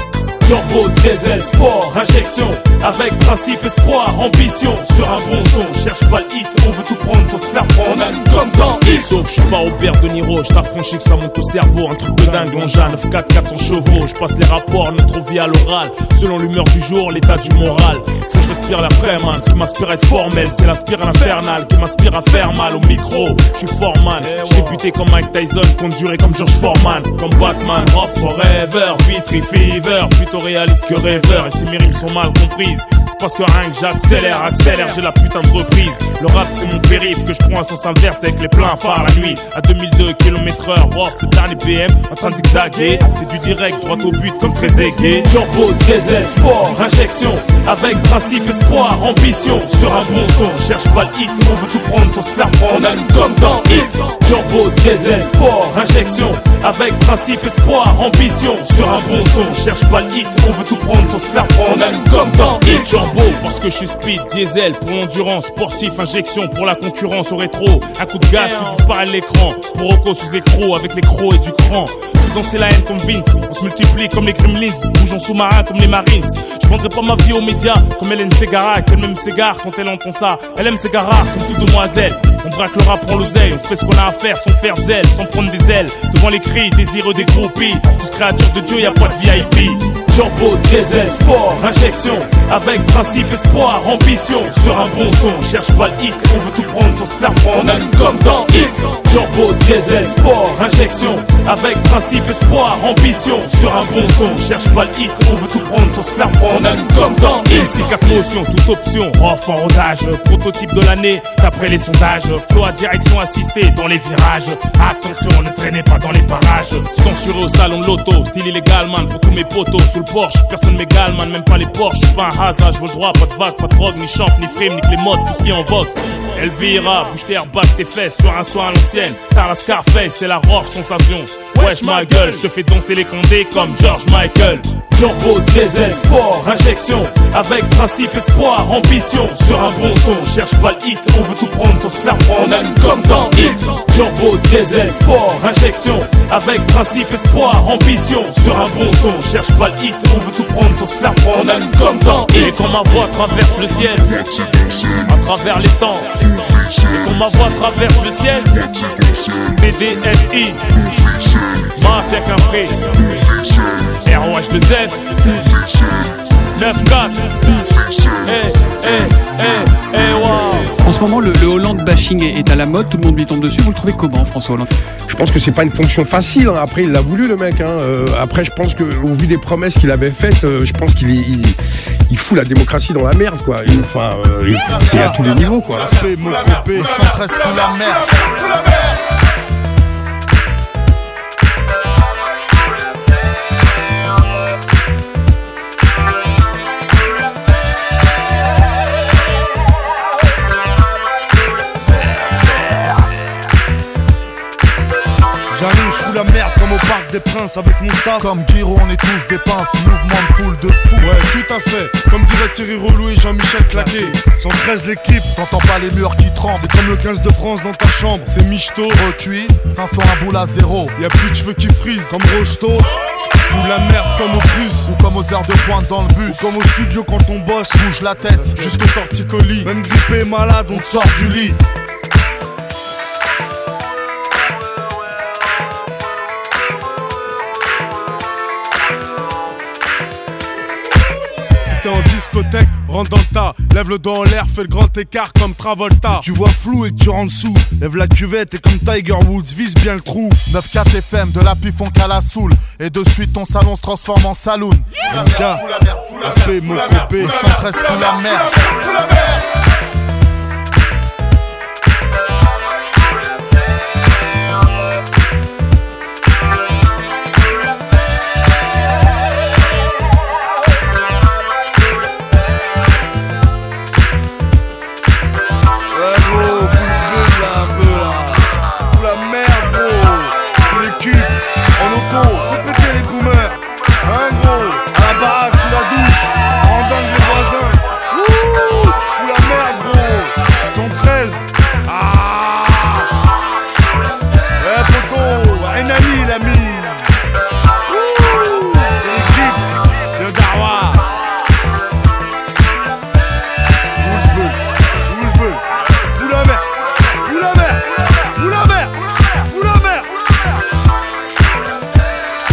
Turbo, diesel, sport, injection, avec principe, espoir, ambition. Sur un bon son, cherche pas le hit, on veut tout prendre sans se faire prendre. On allume comme dans Hit. Sauf je suis pas Robert De Niro, je t'affranchis que ça monte au cerveau. Un truc de dingue, l'engin 9-4, 400 chevaux. Je passe les rapports, notre vie à l'oral. Selon l'humeur du jour, l'état du moral. Faut que je respire la fraîche, man. Ce qui m'inspire à être formel, c'est la spirale infernale qui m'inspire à faire mal au micro. Je suis foreman, j'ai buté comme Mike Tyson, compte durer comme George Foreman, comme Batman, Rock Forever, Vitry Fever, plutôt réaliste que rêveur. Et si mes rimes sont mal comprises, c'est parce que rien que j'accélère, j'ai la putain de reprise. Le rap c'est mon périph' que je prends à sens inverse avec les pleins phares la nuit. À 2002 km/h, off le dernier BM en train de zigzaguer. C'est du direct, droit au but comme très aigué. Turbo, diesel, sport, injection, avec principe, espoir, ambition. Sur un bon son, cherche pas le hit, on veut tout prendre sans se faire prendre. On allume comme dans Hit. Turbo, diesel, sport, injection, avec principe, espoir, ambition. Sur un bon son, cherche pas le hit, on veut tout prendre sans se faire prendre. On allume comme dans Hit. Turbo, parce que je suis speed, diesel pour l'endurance, sportif, injection pour la concurrence au rétro. Un coup de gaz, tu disparais de l'écran. Pour Rocco sous écro, avec les crocs et du cran. Tu danser la haine comme Vince, on se multiplie comme les Gremlins, bougeons sous-marins comme les Marines. Je vendrai pas ma vie aux médias comme Hélène Ségara, qu'elle même s'égare quand elle entend ça. Elle aime ses gars rares comme toute demoiselle. On braque le rap, prend l'oseille, on fait ce qu'on a à faire sans faire zèle, sans prendre des ailes. Devant les cris, désireux des groupies. Tous créatures de Dieu, y'a pas de VIP. Turbo, diesel, sport, injection, avec principe, espoir, ambition. Sur un bon son, cherche pas le hit, on veut tout prendre sans se faire prendre. On allume comme dans Hit. Turbo, diesel, sport, injection, avec principe, espoir, ambition. Sur un bon son, cherche pas le hit, on veut tout prendre sans se faire prendre. On allume comme dans Hit. MC 4 motions, toute option, off en rodage. Prototype de l'année, d'après les sondages. Flow à direction assistée dans les virages. Attention, ne traînez pas dans les parages. Censuré au salon de l'auto, style illégal man pour tous mes potos. Sous le Porsche, personne m'égale man, même pas les Porsche. J'suis pas un hasard, j'veux le droit, pas de vague, pas de drogue, ni champ, ni frime, ni que les modes, tout ce qui est en vogue. Elvira, bouge tes airbags, tes fesses, sur un soin à l'ancienne. T'as la Scarface, c'est la roche sensation. Wesh ma gueule, je te fais danser les condés comme George Michael. Turbo, diesel, sport, injection, avec principe, espoir, ambition. Sur un bon son, cherche pas le hit, on veut tout prendre sans se faire prendre. On allume comme dans Hit. Turbo, diesel, sport, injection, avec principe, espoir, ambition. Sur un bon son, cherche pas le hit, on veut tout prendre sans se faire prendre. On allume comme dans Hit. Et quand ma voix traverse le ciel, à travers les temps. Et quand ma voix traverse le ciel, BDSI, Mafia Capri, ROH2Z, 9-4, wow. En ce moment, le Hollande bashing est à la mode, tout le monde lui tombe dessus. Vous le trouvez comment, François Hollande? Je pense que c'est pas une fonction facile. Hein. Après, il l'a voulu, le mec. Hein. Après, je pense que, au vu des promesses qu'il avait faites, je pense qu'il fout la démocratie dans la merde, quoi. Et à tous les niveaux, quoi. Le 113 fout la merde. J'arrive, je fous la merde comme au Parc des Princes avec mon staff. Comme Guiro, on est tous des pinces, mouvement de foule de fou. Ouais, tout à fait, comme dirait Thierry Roulou et Jean-Michel Claquet. 113 l'équipe, t'entends pas les murs qui tremblent. C'est comme le 15 de France dans ta chambre, c'est michto. Recuit, 500 à boule à zéro. Y'a plus de cheveux qui frisent, comme Rocheteau. Fous la merde comme au plus, ou comme aux heures de pointe dans le bus, ou comme au studio quand on bosse. Bouge la tête, jusqu'au torticolis. Même grippé et malade, on te sort du lit. T'es en discothèque, rentre dans le tas, lève le dos en l'air, fais le grand écart comme Travolta. Tu vois flou et que tu rentres sous, lève la cuvette et comme Tiger Woods, vise bien le trou. 9-4 FM, de la pifon qu'à la soule, et de suite ton salon se transforme en saloon. MK, AP, Mokopé, 113 fout la merde.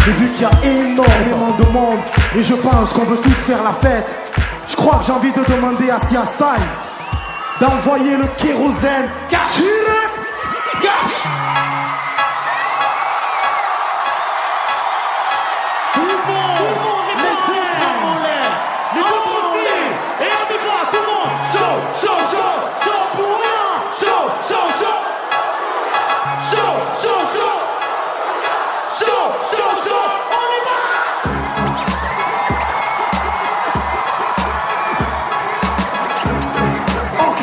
J'ai vu qu'il y a énormément de monde et je pense qu'on veut tous faire la fête. Je crois que j'ai envie de demander à Sia Style d'envoyer le kérosène. Cache. Tout le monde, les deux bras en l'air, les deux bras en l'air, et on y va, tout le monde. Chaud pour rien. Chaud, on y va. Ok,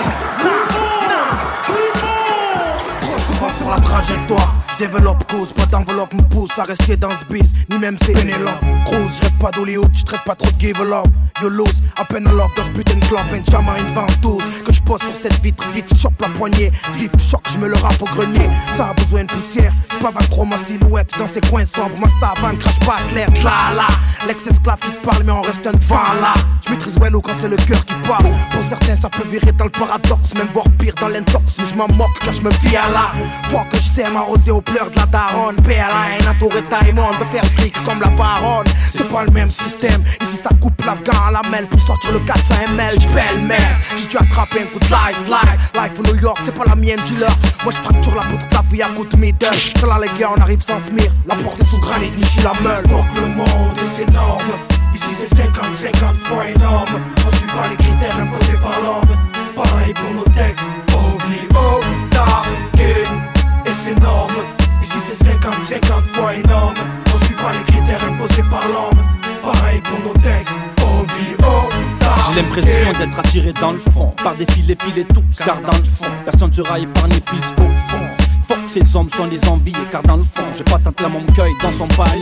trop souvent sur la trajectoire. Développe cause, pas d'enveloppe me pousse à rester dans ce biz, ni même c'est Pénélope. Cruz, je rêve pas d'Hollywood, je traite pas trop de give up. Yolos, à peine lock dans ce putain de club, Benjamin une ventouse. Que je pose sur cette vitre, vite, chope la poignée. Vif, choc, je me le rappe au grenier. Ça a besoin de poussière, je pavane trop ma silhouette dans ces coins sombres. Ma savane crache pas clair, là. L'ex-esclave qui te parle, mais on reste un devant là. Je maîtrise Wello quand c'est le cœur qui parle. Pour certains, ça peut virer dans le paradoxe, même voire pire dans l'intox. Mais je m'en moque car je me fie à là. Faut que je sais m'arroser aux pleurs de la daronne. PLA, entouré de Taïmon, de faire clic comme la baronne. C'est pas le même système. Ici, ça coupe l'afghan à la mêle pour sortir le 400 ml. J'pelle merde. Si tu attrapes un coup de life au New York, c'est pas la mienne, dealer. Moi, j'fracture la poutre de la vie à coup de middle. C'est là, les gars, on arrive sans smir. La porte est sous granit, niche la meule. Donc le monde est énorme. Ici, c'est 50 fois énorme. On suit pas les critères imposés par l'homme. Pareil pour nos textes. OVO, et c'est énorme. Ici c'est 50 fois énorme. On suit pas les critères imposés par l'homme. Pareil pour nos textes. OVO. J'ai l'impression d'être attiré dans le fond par des filets tous, car dans le fond personne sera épargné puisqu'au fond fuck ces hommes sont des enviés, car dans le fond j'ai pas tant la mon cueil dans son palier.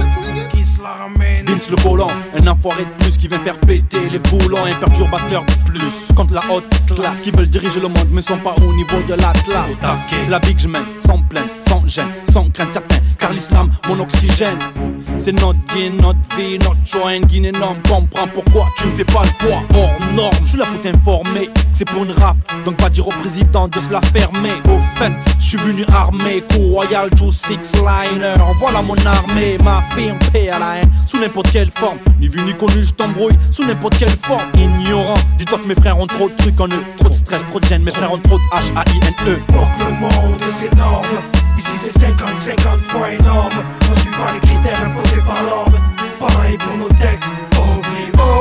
Vince le volant, un enfoiré de plus qui vient faire péter les boulons, un perturbateur de plus contre la haute classe qui veulent diriger le monde mais sont pas au niveau de la classe. C'est la vie que je mène, sans plainte, sans gêne, sans crainte certaine, car l'islam mon oxygène. C'est notre gain, notre vie, notre choix, un gain énorme. Comprends pourquoi tu ne fais pas le poids hors norme. Je suis là pour t'informer, c'est pour une rafle, donc va dire au président de se la fermer. Au fait, je suis venu armé, coup royal, Joe Six-Liner. Voilà mon armée, ma firme, paix à la haine, sous n'importe quelle forme. Ni vu ni connu, je t'embrouille, sous n'importe quelle forme. Ignorant, dis-toi que mes frères ont trop de trucs en eux. Trop de stress, trop de gêne, mes frères ont trop de H-A-I-N-E. Donc le monde est énorme. Ici c'est 50 fois énorme. On suit pas les critères imposés par l'homme. Pareil pour nos textes. OVO,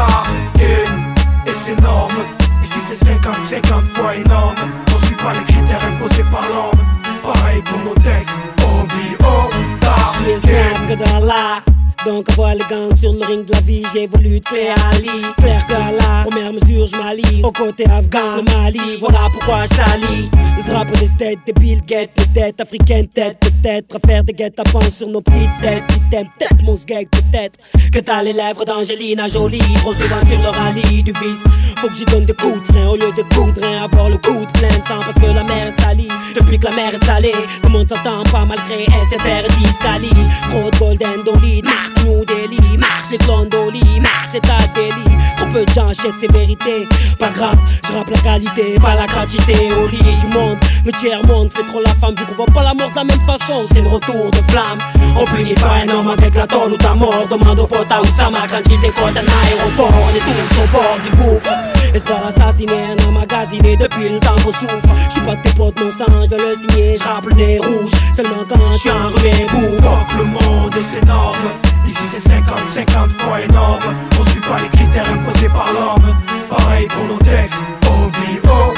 et c'est énorme. Ici c'est 50 fois énorme. On suit pas les critères imposés par l'homme. Pareil pour nos textes. OVO, je suis esclave que dans l'art. Donc à voir les gangs sur le ring de la vie, j'évolue de Claire à Ali. Claire que à la première mesure je m'allie au côté afghan, le Mali, voilà pourquoi je salis le drapeau des têtes, des Bill Gates, les têtes africaines, tête peut-être, faire des guet-apens sur nos petites têtes, qui t'aiment peut-être mon sgeg, peut-être que t'as les lèvres d'Angelina Jolie, trop souvent sur le rallye du vice, faut que j'y donne des coups de frein au lieu de coups de rein, avoir le coup de plein de sang parce que la mer est salie, depuis que la mer est salée, tout le monde s'entend pas malgré SFR et Discali, trop de golden dolly, Mars New Delhi, marche les clones d'Oli, marche c'est ta délit. Trop peu de gens achètent ces vérités. Pas grave, je rappe la qualité, pas la quantité. Au lit du monde, le tiers-monde fait trop la femme. Du coup, voit pas la mort de la même façon, c'est le retour de flamme. On punit pas un homme avec la tonne ou ta mort. Demande au pote à Oussama quand il décolle d'un aéroport. On est tous au bord du gouffre. Espoir assassiné, un emmagasiné depuis le temps qu'on souffre. J'suis pas tes potes, mon sang, je le signer. J'rappe le nez rouge, seulement quand j'suis enrhumé pour. Fuck le monde et c'est énorme. Ici c'est 50 fois énorme. On suit pas les critères imposés par l'homme. Pareil pour nos textes. OVO,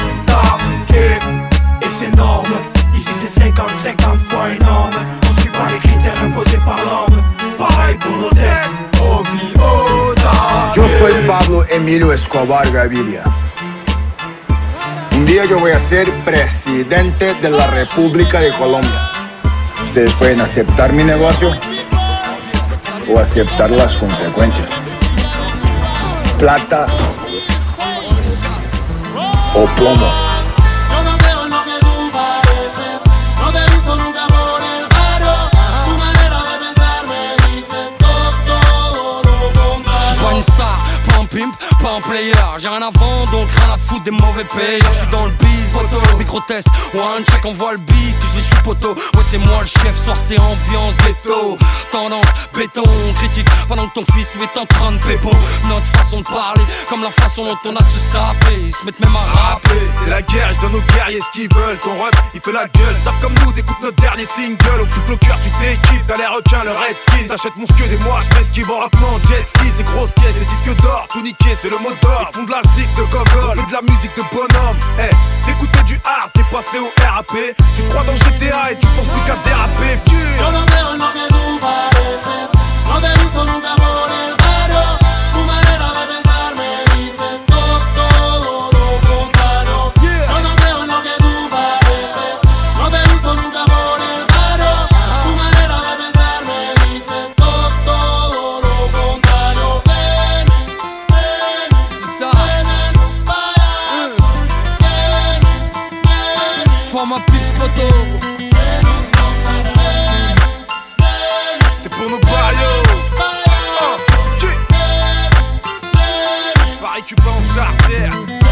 et c'est énorme. Ici c'est 50 fois énorme. On suit pas les critères imposés par l'homme. Pareil pour nos textes. OVO, Yo soy Pablo Emilio Escobar Gaviria. Un día yo voy a ser presidente de la República de Colombia. Ustedes pueden aceptar mi negocio o aceptar las consecuencias. Plata o plomo. Pas une star, pas un pimp, pas un player. j'ai rien à vendre donc rien à foutre des mauvais payeurs. Je suis dans le biz, photo, micro-test, one check, envoie le beat, que je les suis poteau. Ouais c'est moi le chef, soir c'est ambiance ghetto. Tendance, béton, critique, pendant que ton fils lui est en train de pépon. Notre façon de parler, comme la façon dont on a de se saper. Ils se mettent même à rapper. C'est la guerre, je donne aux guerriers ce qu'ils veulent. Ton rep, il fait la gueule, savent comme nous, d'écoute notre dernier single. Au triple cœur, tu t'équipes, t'as les requins, le red skin. T'achètes mon skid et moi, je m'esquive en rappant jet ski. C'est grosse caisse, c'est disque d'or, tout niqué, c'est le mot d'or. Ils font de la zik de gogol, de la musique de bonhomme. Eh, t'écoutais du hard, t'es passé au RAP. Tu crois dans GTA et tu penses plus qu'à déraper. Yo no veo en lo que tú pareces, no te he visto nunca por el barrio. Tu manera de pensar me dice todo lo contrario. Yo no veo en lo que tú pareces, no te he visto nunca por el barrio. Tu manera de pensar me dice todo lo contrario. Ven, c'est ça. ven los payasos. Ven, Forme un pitch photo. C'est pour nos barrios. Pareil, tu peux en charter.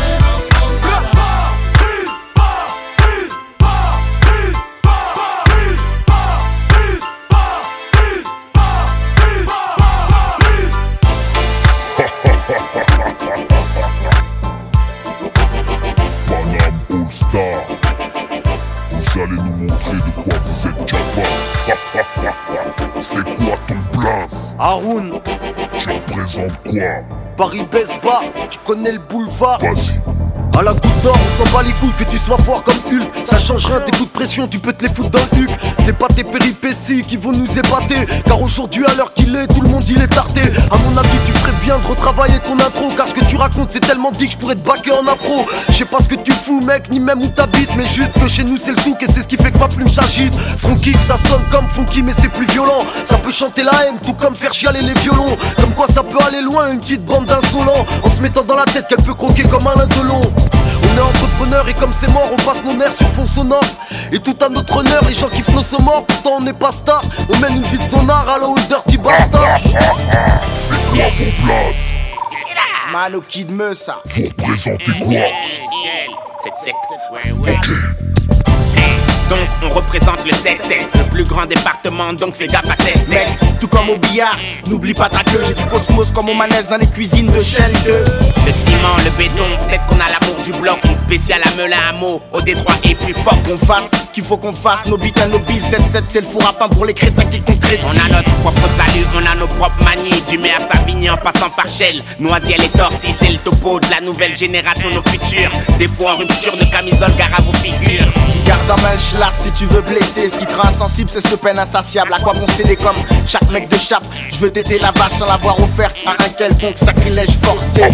Paname All Star, vous allez nous montrer de quoi vous êtes capable. C'est quoi ton place? Haroun, tu représentes quoi? Paris baisse bas, tu connais le boulevard. Vas-y. À la goutte d'or, on s'en bat les couilles, que tu sois fort comme Hulk. Ça change rien, tes coups de pression, tu peux te les foutre dans le huc. C'est pas tes péripéties qui vont nous épater, car aujourd'hui à l'heure qu'il est, tout le monde il est tardé. À mon avis tu ferais bien de retravailler ton intro, car ce que tu racontes c'est tellement dit que je pourrais te baquer en afro. Je sais pas ce que tu fous mec, ni même où t'habites, mais juste que chez nous c'est le souk et c'est ce qui fait que ma plume s'agite. Front kick ça sonne comme funky mais c'est plus violent. Ça peut chanter la haine, tout comme faire chialer les violons. Comme quoi ça peut aller loin, une petite bande d'insolents, en se mettant dans la tête qu'elle peut croquer comme un lindelon. On est entrepreneurs et comme c'est mort on passe nos nerfs sur fond sonore. Et tout à notre honneur, les gens kiffent nos morts. Pourtant on n'est pas star, on mène une vie de sonard à la old dirty bastard. C'est quoi vos places? Mano Kid Meusa. Vous représentez quoi? Cette secte. Donc on représente le 7-7, le plus grand département, donc fais gaffe à 7. Mec, tout comme au billard, n'oublie pas ta queue. J'ai du cosmos comme au manège dans les cuisines de chaîne 2. Le ciment, le béton, peut-être qu'on a l'amour du bloc. Une spéciale à Melun à Meaux, au Détroit et plus fort qu'on fasse, qu'il faut qu'on fasse. Nos bites à nos billes, 7-7 c'est le four à pain pour les crétins qui concrétisent. On a notre propre salut, on a nos propres manies. Du mai à Savigny en passant par Shell, Noisiel et Torcy, c'est le topo de la nouvelle génération, nos futurs. Des fois en rupture de camisole, gare à vos figures. Garde en main le schlass si tu veux blesser. Ce qui te rend insensible c'est cette peine insatiable. À quoi bon céder comme chaque mec de chape? Je veux téter la vache sans l'avoir offert à un quelconque sacrilège forcé.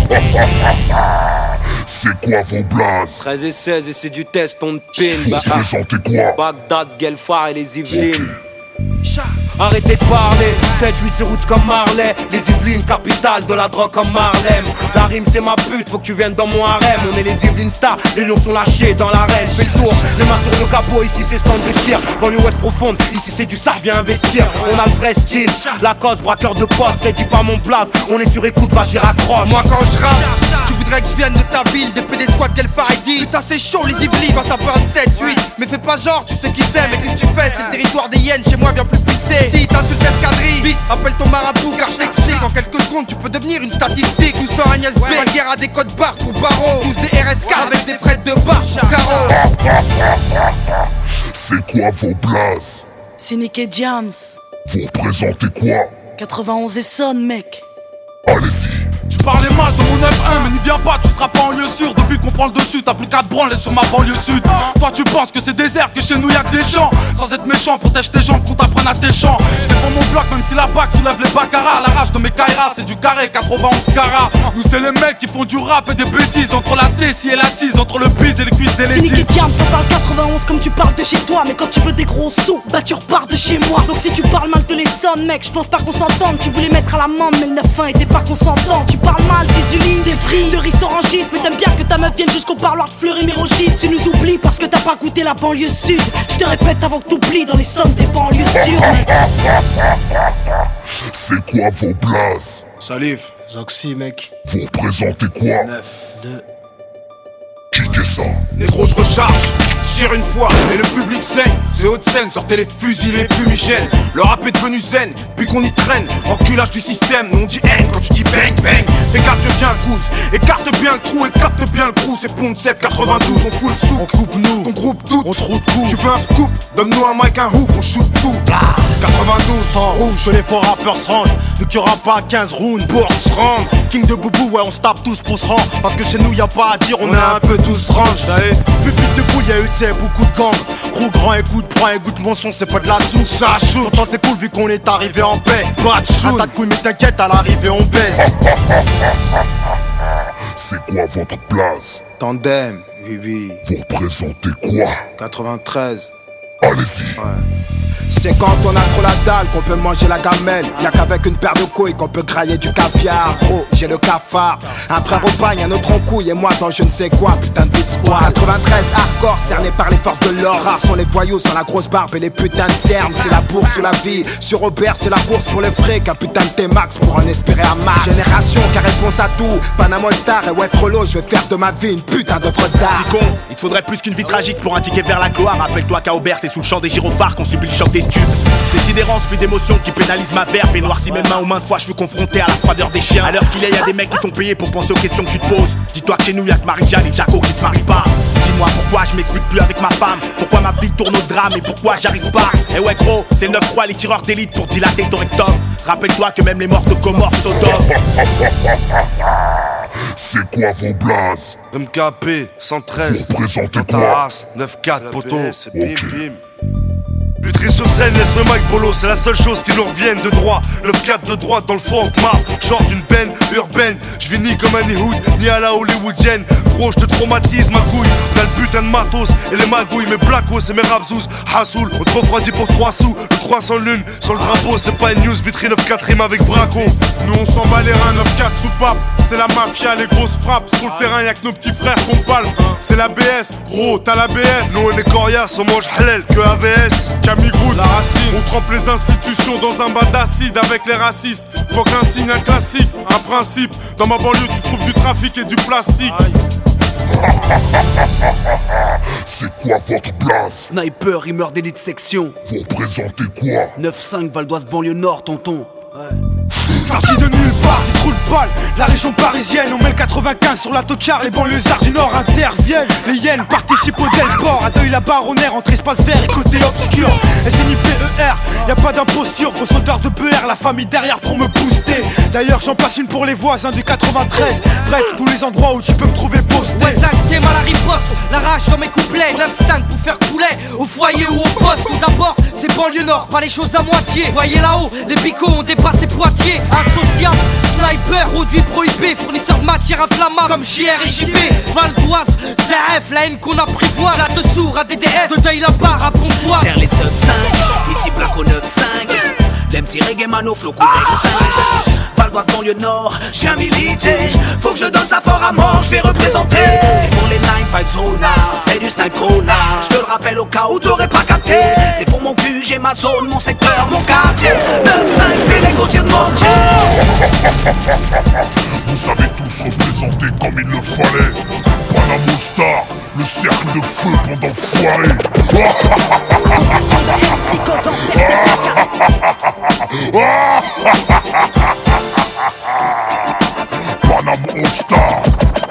C'est quoi vos blazes? 13 et 16 et c'est du test, on te pine. Vous représentez quoi? Bagdad, Guelphard et les Yvelines. Arrêtez de parler, 7-8 c'est route comme Marley. Les Yvelines, capitale de la drogue comme Marlem. La rime c'est ma pute, faut que tu viennes dans mon harem. On est les Yvelines stars, les lions sont lâchés dans l'arène. Fais le tour, les mains sur le capot, ici c'est stand de tir. Dans l'ouest profonde, ici c'est du ça, viens investir. On a le vrai style, la cause, braqueur de poste. T'es dis pas mon blaze, on est sur écoute, va j'y raccroche. Moi quand je rappe, tu voudrais que je vienne de ta ville. Des PD squad, Guelphard et 10. Ça c'est chaud les Yvelines quand ça parle 7-8. Mais fais pas genre, tu sais qui c'est, mais qu'est-ce que tu fais? C'est le territoire des hyènes, chez moi viens plus pisser. Si t'insultes l'escadrille, vite, appelle ton marabout car je t'explique. En quelques secondes tu peux devenir une statistique. Nous sommes Agnès B, pas de guerre à des codes barres pour barreaux. Tous des RSK avec des frettes de barre pour carreau. C'est quoi vos blazes? C'est Nick et James. Vous représentez quoi? 91 et sonne mec. Allez-y. Tu parlais mal de mon 9-1 mais n'y viens pas, tu seras pas en lieu sûr. Depuis qu'on prend le dessus, t'as plus qu'à te branler sur ma banlieue sud. Toi tu penses que c'est désert, que chez nous y'a que des champs. Sans être méchant, protège tes jambes qu'on t'apprenne à tes champs. Je défends mon bloc même si la BAC soulève les baccarat. La rage de mes Kairas, c'est du carré, 91 carats. Nous c'est les mecs qui font du rap et des bêtises. Entre la Tessie et la tise, entre le bise et les cuisses des C'est ladies. Nick et James, on parle 91 comme tu parles de chez toi. Mais quand tu veux des gros sous, bah tu repars de chez moi. Donc si tu parles mal de l'Essonne mec, je pense pas qu'on s'entende. Tu voulais mettre à l'amende mais le 9-1 était pas consentant. Tu parles mal des Ulines, des Vries, de riz orangistes. Mais t'aimes bien que ta meuf vienne jusqu'au parloir de Fleury Mérogis. Tu nous oublies parce que t'as pas goûté la banlieue sud. Je te répète avant que t'oublies dans les sommes des banlieues sûres mec. C'est quoi vos blazes? Salif, Zoxy, mec. Vous représentez quoi? 9, 2. Kickez ça. Négro, je recharge, je tire une fois et le public saigne. C'est haute scène, sortez les fusils, les fumigènes. Le rap est devenu zen, puis qu'on y traîne. Enculage du système, nous on dit haine quand tu dis bang bang. Écarte bien le cousse, écarte bien le trou, écarte bien le trou. C'est Pont 7, 92, on fout le sou. On coupe nous, ton groupe doute, on trouve de coups. Tu veux un scoop, donne-nous un mic, un hoop, on shoot tout. 92, sans rouge, que les faux rappeurs se rangent. Vu qu'il y aura pas 15 rounds pour se rendre. King de boubou, ouais on se tape tous pour se rendre. Parce que chez nous y a pas à dire, on est un peu tous range. Pupille de boule, y'a eu t'sais beaucoup de gangs. Gros grand écoute, prends écoute mon son, c'est pas de la soupe, ça shoot. Pourtant c'est cool vu qu'on est arrivé en paix. Pas de shoot, un tas de couilles mais t'inquiète, à l'arrivée on baise. C'est quoi votre place? Tandem, oui. Vous représentez quoi? 93. Allez-y. Ouais. C'est quand on a trop la dalle qu'on peut manger la gamelle. Y'a qu'avec une paire de couilles qu'on peut grailler du caviar. Gros, j'ai le cafard. Un frère au bagne, un autre en couille et moi dans je ne sais quoi, putain de squad. 93 hardcore, cerné par les forces de l'or. Rares sont les voyous sans la grosse barbe et les putains de cernes. C'est la bourse ou la vie. Sur Aubert, c'est la course pour les fric. Un putain de T-Max pour en espérer un max. Génération qui a réponse à tout. Panama Star et ouais Frollo, je vais faire de ma vie une putain d'œuvre d'art. Petit con, il te faudrait plus qu'une vie tragique pour indiquer vers la gloire. Rappelle-toi qu'à Aubert, c'est sous le champ des gyrophares qu'on subit le choc des stupes. C'est sidérance, fait d'émotions qui pénalisent ma verve et noircit mes mains aux maintes fois. Je suis confronté à la froideur des chiens. À l'heure qu'il est, y'a des mecs qui sont payés pour penser aux questions que tu te poses. Dis-toi que chez nous y'a que Marie-Jeanne et Jaco qui se marient pas. Dis-moi pourquoi je m'explique plus avec ma femme. Pourquoi ma vie tourne au drame et pourquoi j'arrive pas. Et ouais gros, c'est le 9-3 les tireurs d'élite pour dilater ton rectum. Rappelle-toi que même les morts de Comores Sodome. C'est quoi vos blazes? MKP 113. Vous représentez quoi? 9-4 poteau. Ok. Lutterie sur scène, laisse le mic bolo, c'est la seule chose qui nous revienne de droit. 9-4 de droite dans le fond map, genre d'une benne urbaine. Je vis ni comme un Hollywood, ni à la hollywoodienne. Gros, je te traumatise ma couille. On a le putain de matos et les magouilles, mes blacos et mes rapzouz. Hassoul, on te refroidit pour 3 sous. Le 300 lune sur le drapeau, c'est pas une news. Vitrine 9-4 rime avec Braco. Nous on s'en bat les reins, 9-4 sous pape. C'est la mafia, les grosses frappes. Sur le terrain, y'a que nos petits frères qu'on palme. C'est la BS, gros, t'as la BS. Nous on est coriaces, on mange halal que AVS. Camille Groot, la racine. On trempe les institutions dans un bas d'acide avec les racistes. Faut qu'un signe, un classique, un principe. Dans ma banlieue, tu trouves du trafic et du plastique. C'est quoi votre place? Sniper, rimeur d'élite section. Vous représentez quoi? 9-5, Val d'Oise, banlieue nord, tonton. Ouais. Sorti de nulle part, des trous de balle, la région parisienne, on met le 95 sur la tocard, les banlieusards du nord interviennent. Les hyènes participent au Delport, à Deuil la baronnaire, entre espace vert et côté obscur. SNIPER, y'a pas d'imposture, gros odeur de BR, la famille derrière pour me booster. D'ailleurs j'en passe une pour les voisins du 93. Bref, tous les endroits où tu peux me trouver posté. Ouais, 5 thèmes à la riposte, la rage dans mes couplets. 9-5 pour faire poulet, au foyer ou au poste. Tout d'abord, c'est banlieue nord, pas les choses à moitié. Voyez là-haut, les picots ont dépassé Poitiers. Insociable, sniper, produit prohibé, fournisseur de matière inflammable comme JR et JB. Val d'Oise, ZF, la haine qu'on apprivoise. La te sourd à DDF, de Deuil la barre à Pontoise. Serre les sub 5, ici Placo 9-5. L'MC Reggae Mano, flow coup Val d'Oise, banlieue nord, j'viens militer. Faut que je donne ça fort à mort, j'vais représenter. C'est pour les 9-5 Zona, c'est du snipe Corona. J'te le rappelle au cas où t'aurais pas capté. C'est pour mon cul, j'ai ma zone, mon secteur, mon quartier. 9-5, puis les courtiers de mon Dieu. Vous savez tous représenter comme il le fallait. Panama Star, le cercle de feu pendant foiré. Panama All Star.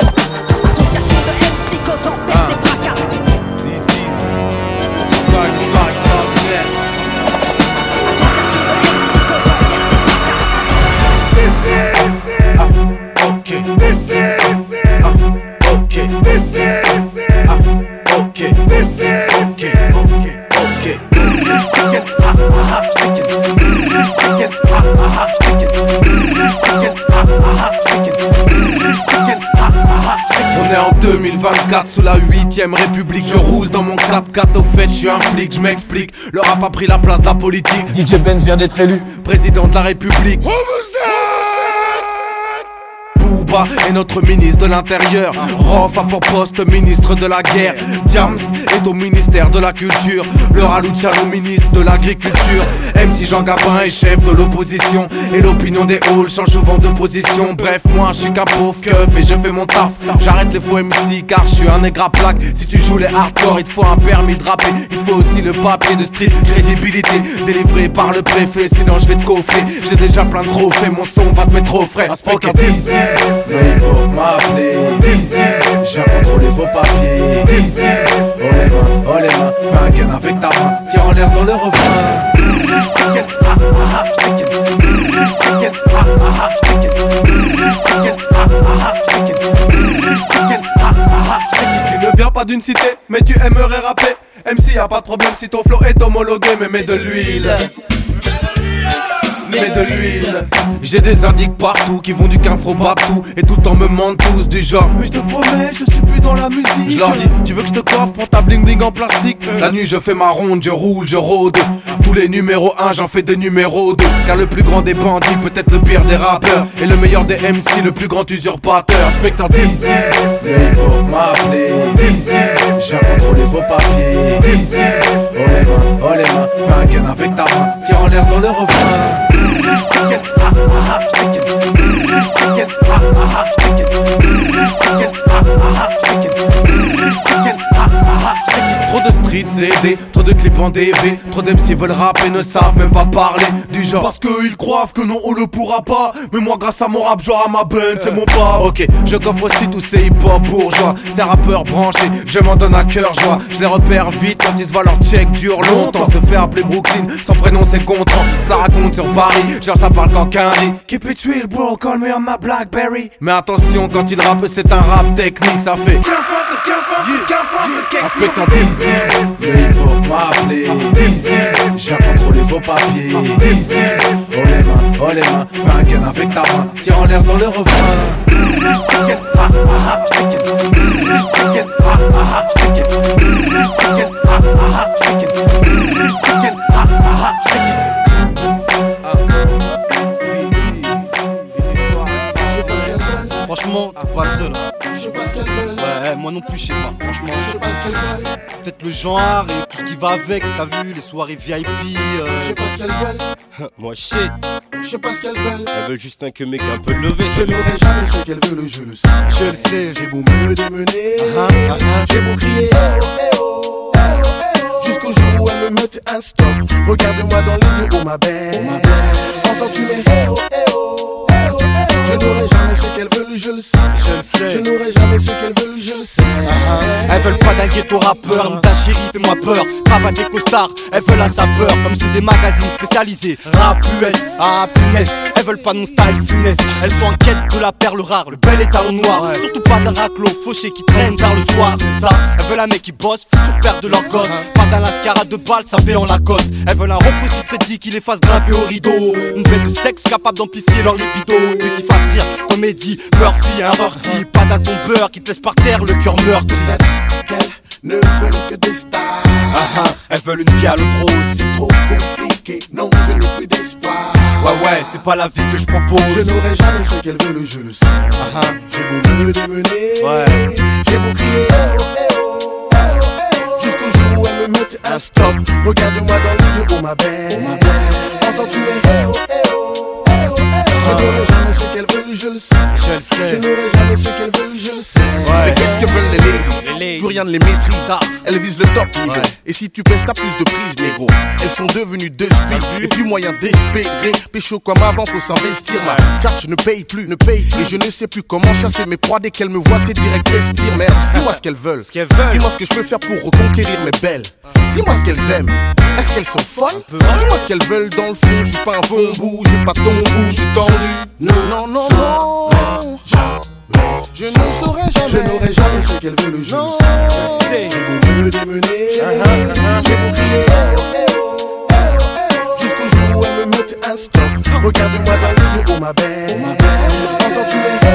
On est en 2024 sous la 8ème République. Je roule dans mon 4x4, au fait je suis un flic, je m'explique. Le rap a pris la place de la politique. DJ Benz vient d'être élu président de la République. bas est notre ministre de l'Intérieur. Rof a pour poste ministre de la guerre. Diams est au ministère de la culture. Le Raluciano ministre de l'agriculture. MC Jean Gabin est chef de l'opposition. Et l'opinion des halls change souvent de position. Bref, moi je suis qu'un pauvre keuf et je fais mon taf. J'arrête les faux MC car je suis un nègre à plaque. Si tu joues les hardcore, il te faut un permis de rapper. Il te faut aussi le papier de street crédibilité délivré par le préfet, sinon je vais te coffrer. J'ai déjà plein de trophées, mon son va te mettre au frais. Ok, Dizzy, le hip-hop m'a appelé Dizzy, je viens contrôler vos papiers Dizzy, oh les mains, fais un gain avec ta main. Tire en l'air dans le refrain. Tu ne viens pas d'une cité, mais tu aimerais rapper. MC y'a pas de problème si ton flow est homologué, mais mets de l'huile. Mets de l'huile. J'ai des indices partout qui vont du quinfro partout. Et tout le temps me mentent tous du genre. Mais je te promets, je suis plus dans la musique. Je leur dis, tu veux que je te coiffe pour ta bling bling en plastique? La nuit je fais ma ronde, je roule, je rôde. Tous les numéros 1, j'en fais des numéros 2. Car le plus grand des bandits peut être le pire des rappeurs. Et le meilleur des MC, le plus grand usurpateur. Spectre Dizzy, le hip-hop m'a appelé Dizzy, je viens contrôler vos papiers Dizzy, oh les mains, fais un gain avec ta main. Tire en l'air dans le refrain. Trop de streets aidés, trop de clips en DV. Trop d'MC veulent rapper, ne savent même pas parler du genre. Parce qu'ils croient que non on le pourra pas. Mais moi grâce à mon rap j'aurai ma benne, c'est mon pas. Ok, je coffre aussi tous ces hip-hop bourgeois. Ces rappeurs branchés, je m'en donne à cœur joie. Je les repère vite quand ils se voient leur check dure longtemps. Se fait appeler Brooklyn, son prénom c'est Gontran. Cela raconte sur Paris, genre ça parle qu'en quinri. Keep it real bro, call me on my Blackberry. Mais attention quand il rappe c'est un rap technique, ça fait Inspecteur Dizzy, le hip-hop m'a appelé Dizzy, je viens contrôler vos papiers Dizzy, oh les mains, fais un gain avec ta main. Tire en l'air dans le refrain. Franchement, t'es pas seul. Je sais pas ce qu'elles veulent. Ouais, moi non plus, je sais pas. Franchement, Je sais pas ce qu'elles veulent. peut-être le genre et tout ce qui va avec. T'as vu les soirées VIP. Je sais pas ce qu'elles veulent. Moi, je sais. Je sais pas ce qu'elles veulent. Elles veulent juste un que mec un peu levé. Je n'aurai jamais ce qu'elles veulent, je le sais. Je le sais, j'ai beau me démener. J'ai beau crier. Jusqu'au jour où elles me mettent un stop. Regarde-moi dans les yeux, oh ma belle. Entends-tu les Je n'aurai jamais ce qu'elles veulent, je le sais. Je le sais. Je n'aurai jamais ce qu'elles veulent, je le sais. Elles veulent pas d'un ghetto rappeur, ni ta chérie, fais-moi peur. Cravate et costard, elles veulent un saveur. Comme si des magazines spécialisés. Rap US, ah punaise. Elles veulent pas non style funeste. Elles sont en quête de la perle rare, le bel étalon noir. Surtout pas d'un raclo fauché qui traîne tard le soir, c'est ça. Elles veulent un mec qui bosse, futur père de leur gosse. Pas d'un lascara de balle, ça fait en Lacoste. Elles veulent un rock aussi Freddy qui les fasse grimper au rideau. Une bête de sexe capable d'amplifier leur libido. Puis qui fasse rire comme Eddie Murphy, un rorty. Pas d'un tombeur qui te laisse par terre le cœur meurtri. Ne veulent que des stars. Elles veulent une vie à l'autre rose. C'est trop compliqué, non, je n'ai plus d'espoir. Ouais, c'est pas la vie que je propose. Je n'aurai jamais ce qu'elles veulent, je le sais. J'ai beau me démener. J'ai beau crier. Jusqu'au jour où elles me mettent un stop. Regarde-moi dans les yeux, oh ma belle. Entends-tu les Je n'aurai jamais ce qu'elles veulent, je le sais. Je le sais. Je n'aurai jamais ce qu'elles veulent, je le sais. Mais qu'est-ce que veulent les ladies? Plus rien ne les maîtrise. Elles visent le top niveau. Et si tu pèses, t'as plus de prise, négro. Elles sont devenues deux speed. Et puis moyen d'espérer. Pécho comme avant, faut s'investir. Ma charge ne paye plus. Et je ne sais plus comment chasser mes proies. Dès qu'elles me voient, c'est direct estir. Mais dis-moi ce qu'elles veulent. Dis-moi ce que je peux faire pour reconquérir mes belles. Dis-moi ce qu'elles aiment. Est-ce qu'elles sont folles? Dis-moi ce qu'elles veulent dans le fond. Je suis pas un fond bout, j'ai pas ton bout, je suis tendu. Non. Je ne saurais jamais. Je n'aurai jamais ce qu'elles veulent, je le sais. J'ai beau me démener. J'ai beau crier. Jusqu'au jour où elles me mettent un stop. Regarde-moi dans les yeux, oh ma belle. Entends-tu les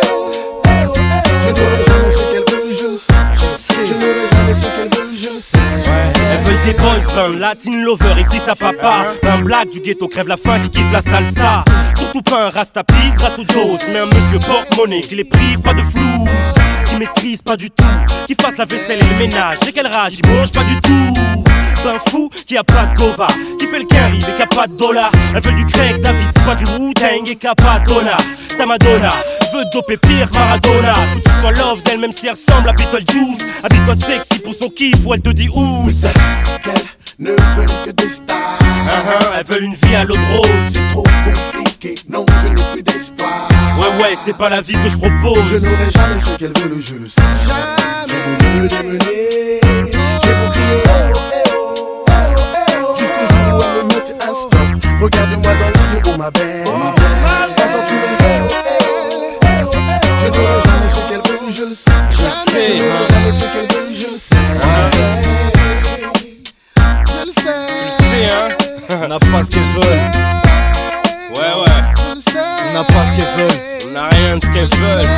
Je n'aurai jamais ce qu'elles veulent, je le sais. Je n'aurai jamais ce qu'elles veulent, je le sais. Elles veulent des boys d'un Latin lover et fils à papa. Un black du ghetto crève la faim qui kiffe la salsa. Surtout pas un rastapis grâce aux Joes, mais un monsieur porte-monnaie qui les prive pas de flou, qui maîtrise pas du tout, qui fasse la vaisselle et le ménage, et qu'elle rage, il mange pas du tout. Ben fou qui a pas de gova, qui fait le carry mais qui a pas de dollar. Elle veut du Craig David, c'est pas du Wu-Tang et qui a pas de Donna. Ta Madonna veut doper pire Maradona. Que tu sois love d'elle même si elle ressemble à Beetlejuice. Habille-toi sexy pour son kiff ou elle te dit où. Ne veulent que des stars. Elles veulent une vie à l'eau de rose. C'est trop compliqué, non je n'ai plus d'espoir. Ouais c'est pas la vie que je propose. Je n'aurai jamais ce qu'elles veulent, je le sais. J'ai beau me démener, j'ai beau crier jusqu'au jour où elles me mettent un stop. Regarde-moi dans les yeux, oh ma belle. Quand tu me dis je n'aurai jamais ce qu'elles veulent, je le sais. Je n'aurai jamais ce qu'elles veulent, je le sais. Tu sais hein. On n'a pas ce qu'elles veulent. Ouais On n'a pas ce qu'elles veulent. On n'a rien de ce qu'elles veulent.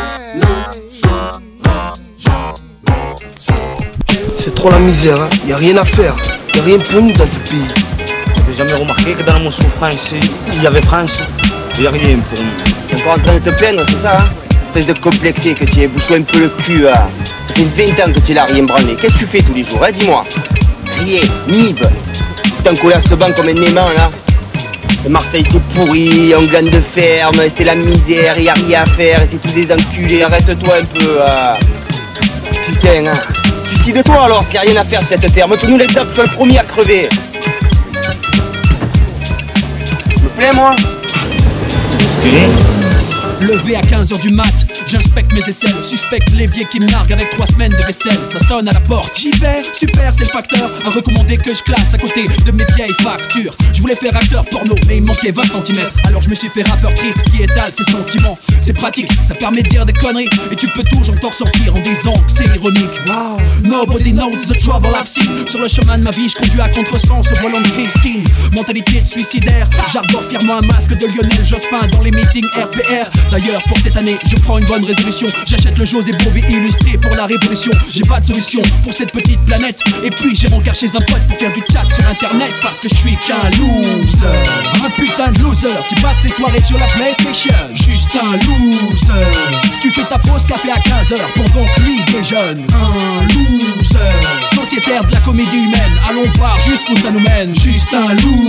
C'est trop la misère, hein. Y a rien à faire. Y a rien pour nous dans ce pays. J'ai jamais remarqué que dans mon souffrance, il y avait France. Y a rien pour nous. T'es encore en train de te plaindre, c'est ça, hein? Espèce de complexé que tu es, bouge-toi un peu le cul, hein. Ça fait 20 ans que tu es là, rien branlé. Qu'est-ce que tu fais tous les jours, hein, dis-moi? Rien, nib. T'es collé à ce banc comme un aimant, là. Et Marseille c'est pourri, en glane de ferme, c'est la misère, y a rien à faire, et c'est tous des enculés, arrête-toi un peu. Putain, hein. Suicide-toi alors, s'il y a rien à faire cette terre, montre-nous l'exemple, sois le premier à crever. Me plaît moi. Levé à 15h du mat, j'inspecte mes aisselles, suspecte l'évier qui me nargue avec 3 semaines de vaisselle. Ça sonne à la porte, j'y vais, super c'est le facteur. Un recommandé que je classe à côté de mes vieilles factures. Je voulais faire acteur porno mais il manquait 20 cm. Alors je me suis fait rappeur triste qui étale ses sentiments. C'est pratique, ça permet de dire des conneries et tu peux toujours t'en sortir en disant que c'est ironique. Wow, nobody knows the trouble I've seen. Sur le chemin de ma vie je conduis à contresens au volant de Christine. Mentalité de suicidaire, j'arbore fièrement un masque de Lionel Jospin dans les meetings RPR. D'ailleurs pour cette année je prends une bonne résolution. J'achète le José Bové illustré pour la révolution. J'ai pas de solution pour cette petite planète. Et puis j'ai rencard chez un pote pour faire du chat sur internet. Parce que je suis qu'un loser. Un putain de loser qui passe ses soirées sur la PlayStation. Juste un loser. Tu fais ta pause café à 15h pendant que lui déjeune. Un loser. Sociétaire de la comédie humaine. Allons voir jusqu'où ça nous mène. Juste un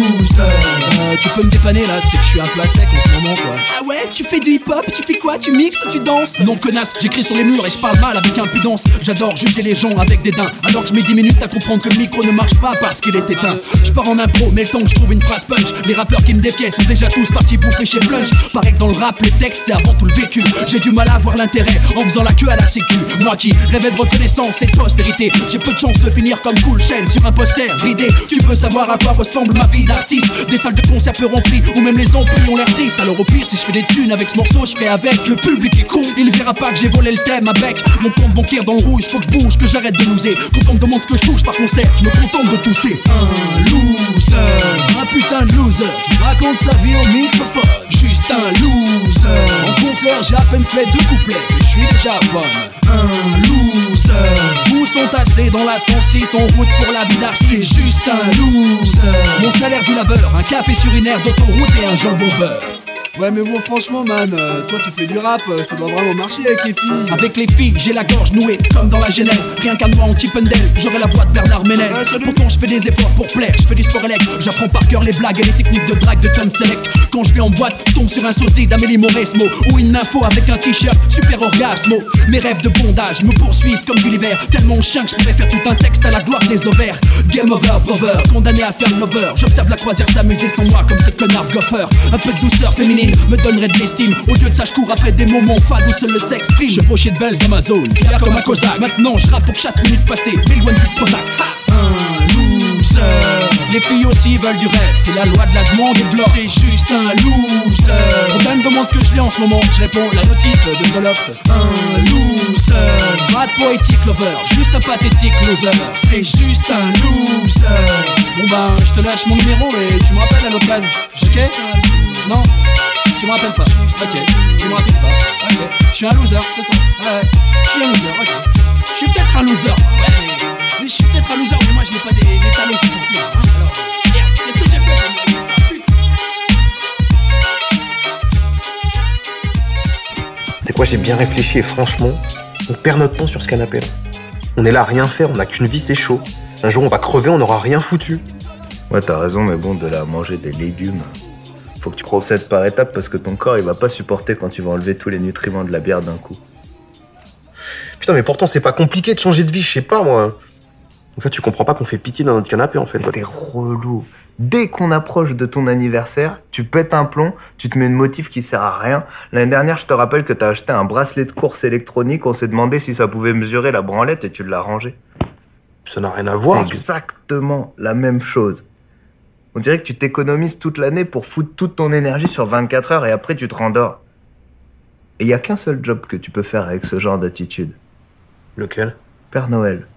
loser. Tu peux me dépanner là, c'est que je suis un peu à sec en ce moment quoi. Ah ouais, tu fais du hip-hop, tu fais quoi? Tu mixes, tu danses? Non connasse, j'écris sur les murs et je parle mal avec impudence. J'adore juger les gens avec dédain. Alors que je mets 10 minutes à comprendre que le micro ne marche pas parce qu'il est éteint. Je pars en impro, mais le temps que je trouve une phrase punch. Les rappeurs qui me défiaient sont déjà tous partis bouffer chez Flunch. Paraît que dans le rap, les textes c'est avant tout le vécu. J'ai du mal à voir l'intérêt en faisant la queue à la sécu. Moi qui rêvais de reconnaissance et de postérité, j'ai peu de chance de finir comme Cool Chain sur un poster ridé. Tu veux savoir à quoi ressemble ma vie d'artiste? Des salles de concert peu remplies où même les amplis ont l'air tristes. Alors au pire si je fais des thunes avec ce morceau, je ferai avec. Le public est con, il verra pas que j'ai volé le thème avec mon compte bancaire dans le rouge. Faut que je bouge, que j'arrête de loser. Quand on me demande ce que je touche par concert, je me contente de tousser. Un loser, un putain de loser qui raconte sa vie au microphone. Juste un loser. En concert j'ai à peine fait 2 couplets que je suis déjà bonne. Un loser. Où sont tassés dans la 106 en route pour la vie d'Arcy? C'est juste un loser. Mon salaire du labeur, un café sur une aire d'autoroute et un jambon beurre. Ouais mais bon franchement man, toi tu fais du rap, ça doit vraiment marcher avec les filles. Avec les filles j'ai la gorge nouée comme dans la genèse. Rien qu'à moi en Chippendale, j'aurai la voix de Bernard Ménez. Pourtant je fais des efforts pour plaire, je fais du sport élect. J'apprends par cœur les blagues et les techniques de drague de Tom Selleck. Quand je vais en boîte, tombe sur un sosie d'Amélie Mauresmo ou une info avec un t-shirt super orgasmo. Mes rêves de bondage me poursuivent comme Gulliver. Tellement chien que je pourrais faire tout un texte à la gloire des ovaires. Game over, brother, condamné à faire lover. J'observe la croisière s'amuser sans moi comme ce connard goffer. Un peu de douceur féminine me donnerait de l'estime. Au lieu de ça je cours après des moments fades où seul le sexe prime. Je pochais de belles Amazones, fier comme un cosaque. Maintenant je rappe pour chaque minute passée, m'éloigne du Prozac. Un loser. Les filles aussi veulent du rêve, c'est la loi de la demande et de l'offre. C'est juste un loser. Quand elle me demande ce que je lis en ce moment, je réponds la notice de The Loft. Un loser. Pas de poétique lover, juste un pathétique loser. C'est juste un loser. Bon bah je te lâche mon numéro et tu me rappelles à l'occasion. Ok? Non? Tu me rappelles pas? Ok, tu me rappelles pas? Ok, je suis un loser, c'est ça? Ouais, je suis un loser, ok. Je suis peut-être un loser, ouais, mais je suis peut-être un loser, mais moi je n'ai pas des talents qui font ça, hein. Alors, merde, qu'est-ce que j'ai fait pour mériter ça, putain? quoi, j'ai bien réfléchi et franchement, on perd notre temps sur ce canapé là. On est là à rien faire, on a qu'une vie, c'est chaud. Un jour on va crever, on n'aura rien foutu. Ouais, t'as raison, mais bon, de là à manger des légumes, faut que tu procèdes par étapes parce que ton corps il va pas supporter quand tu vas enlever tous les nutriments de la bière d'un coup. Putain, mais pourtant c'est pas compliqué de changer de vie, je sais pas moi. En fait, tu comprends pas qu'on fait pitié dans notre canapé en fait. T'es relou. Dès qu'on approche de ton anniversaire, tu pètes un plomb, tu te mets une motif qui sert à rien. L'année dernière, je te rappelle que t'as acheté un bracelet de course électronique, on s'est demandé si ça pouvait mesurer la branlette et tu l'as rangé. Ça n'a rien à voir. C'est exactement la même chose. On dirait que tu t'économises toute l'année pour foutre toute ton énergie sur 24 heures et après tu te rendors. Et il y a qu'un seul job que tu peux faire avec ce genre d'attitude. Lequel ? Père Noël.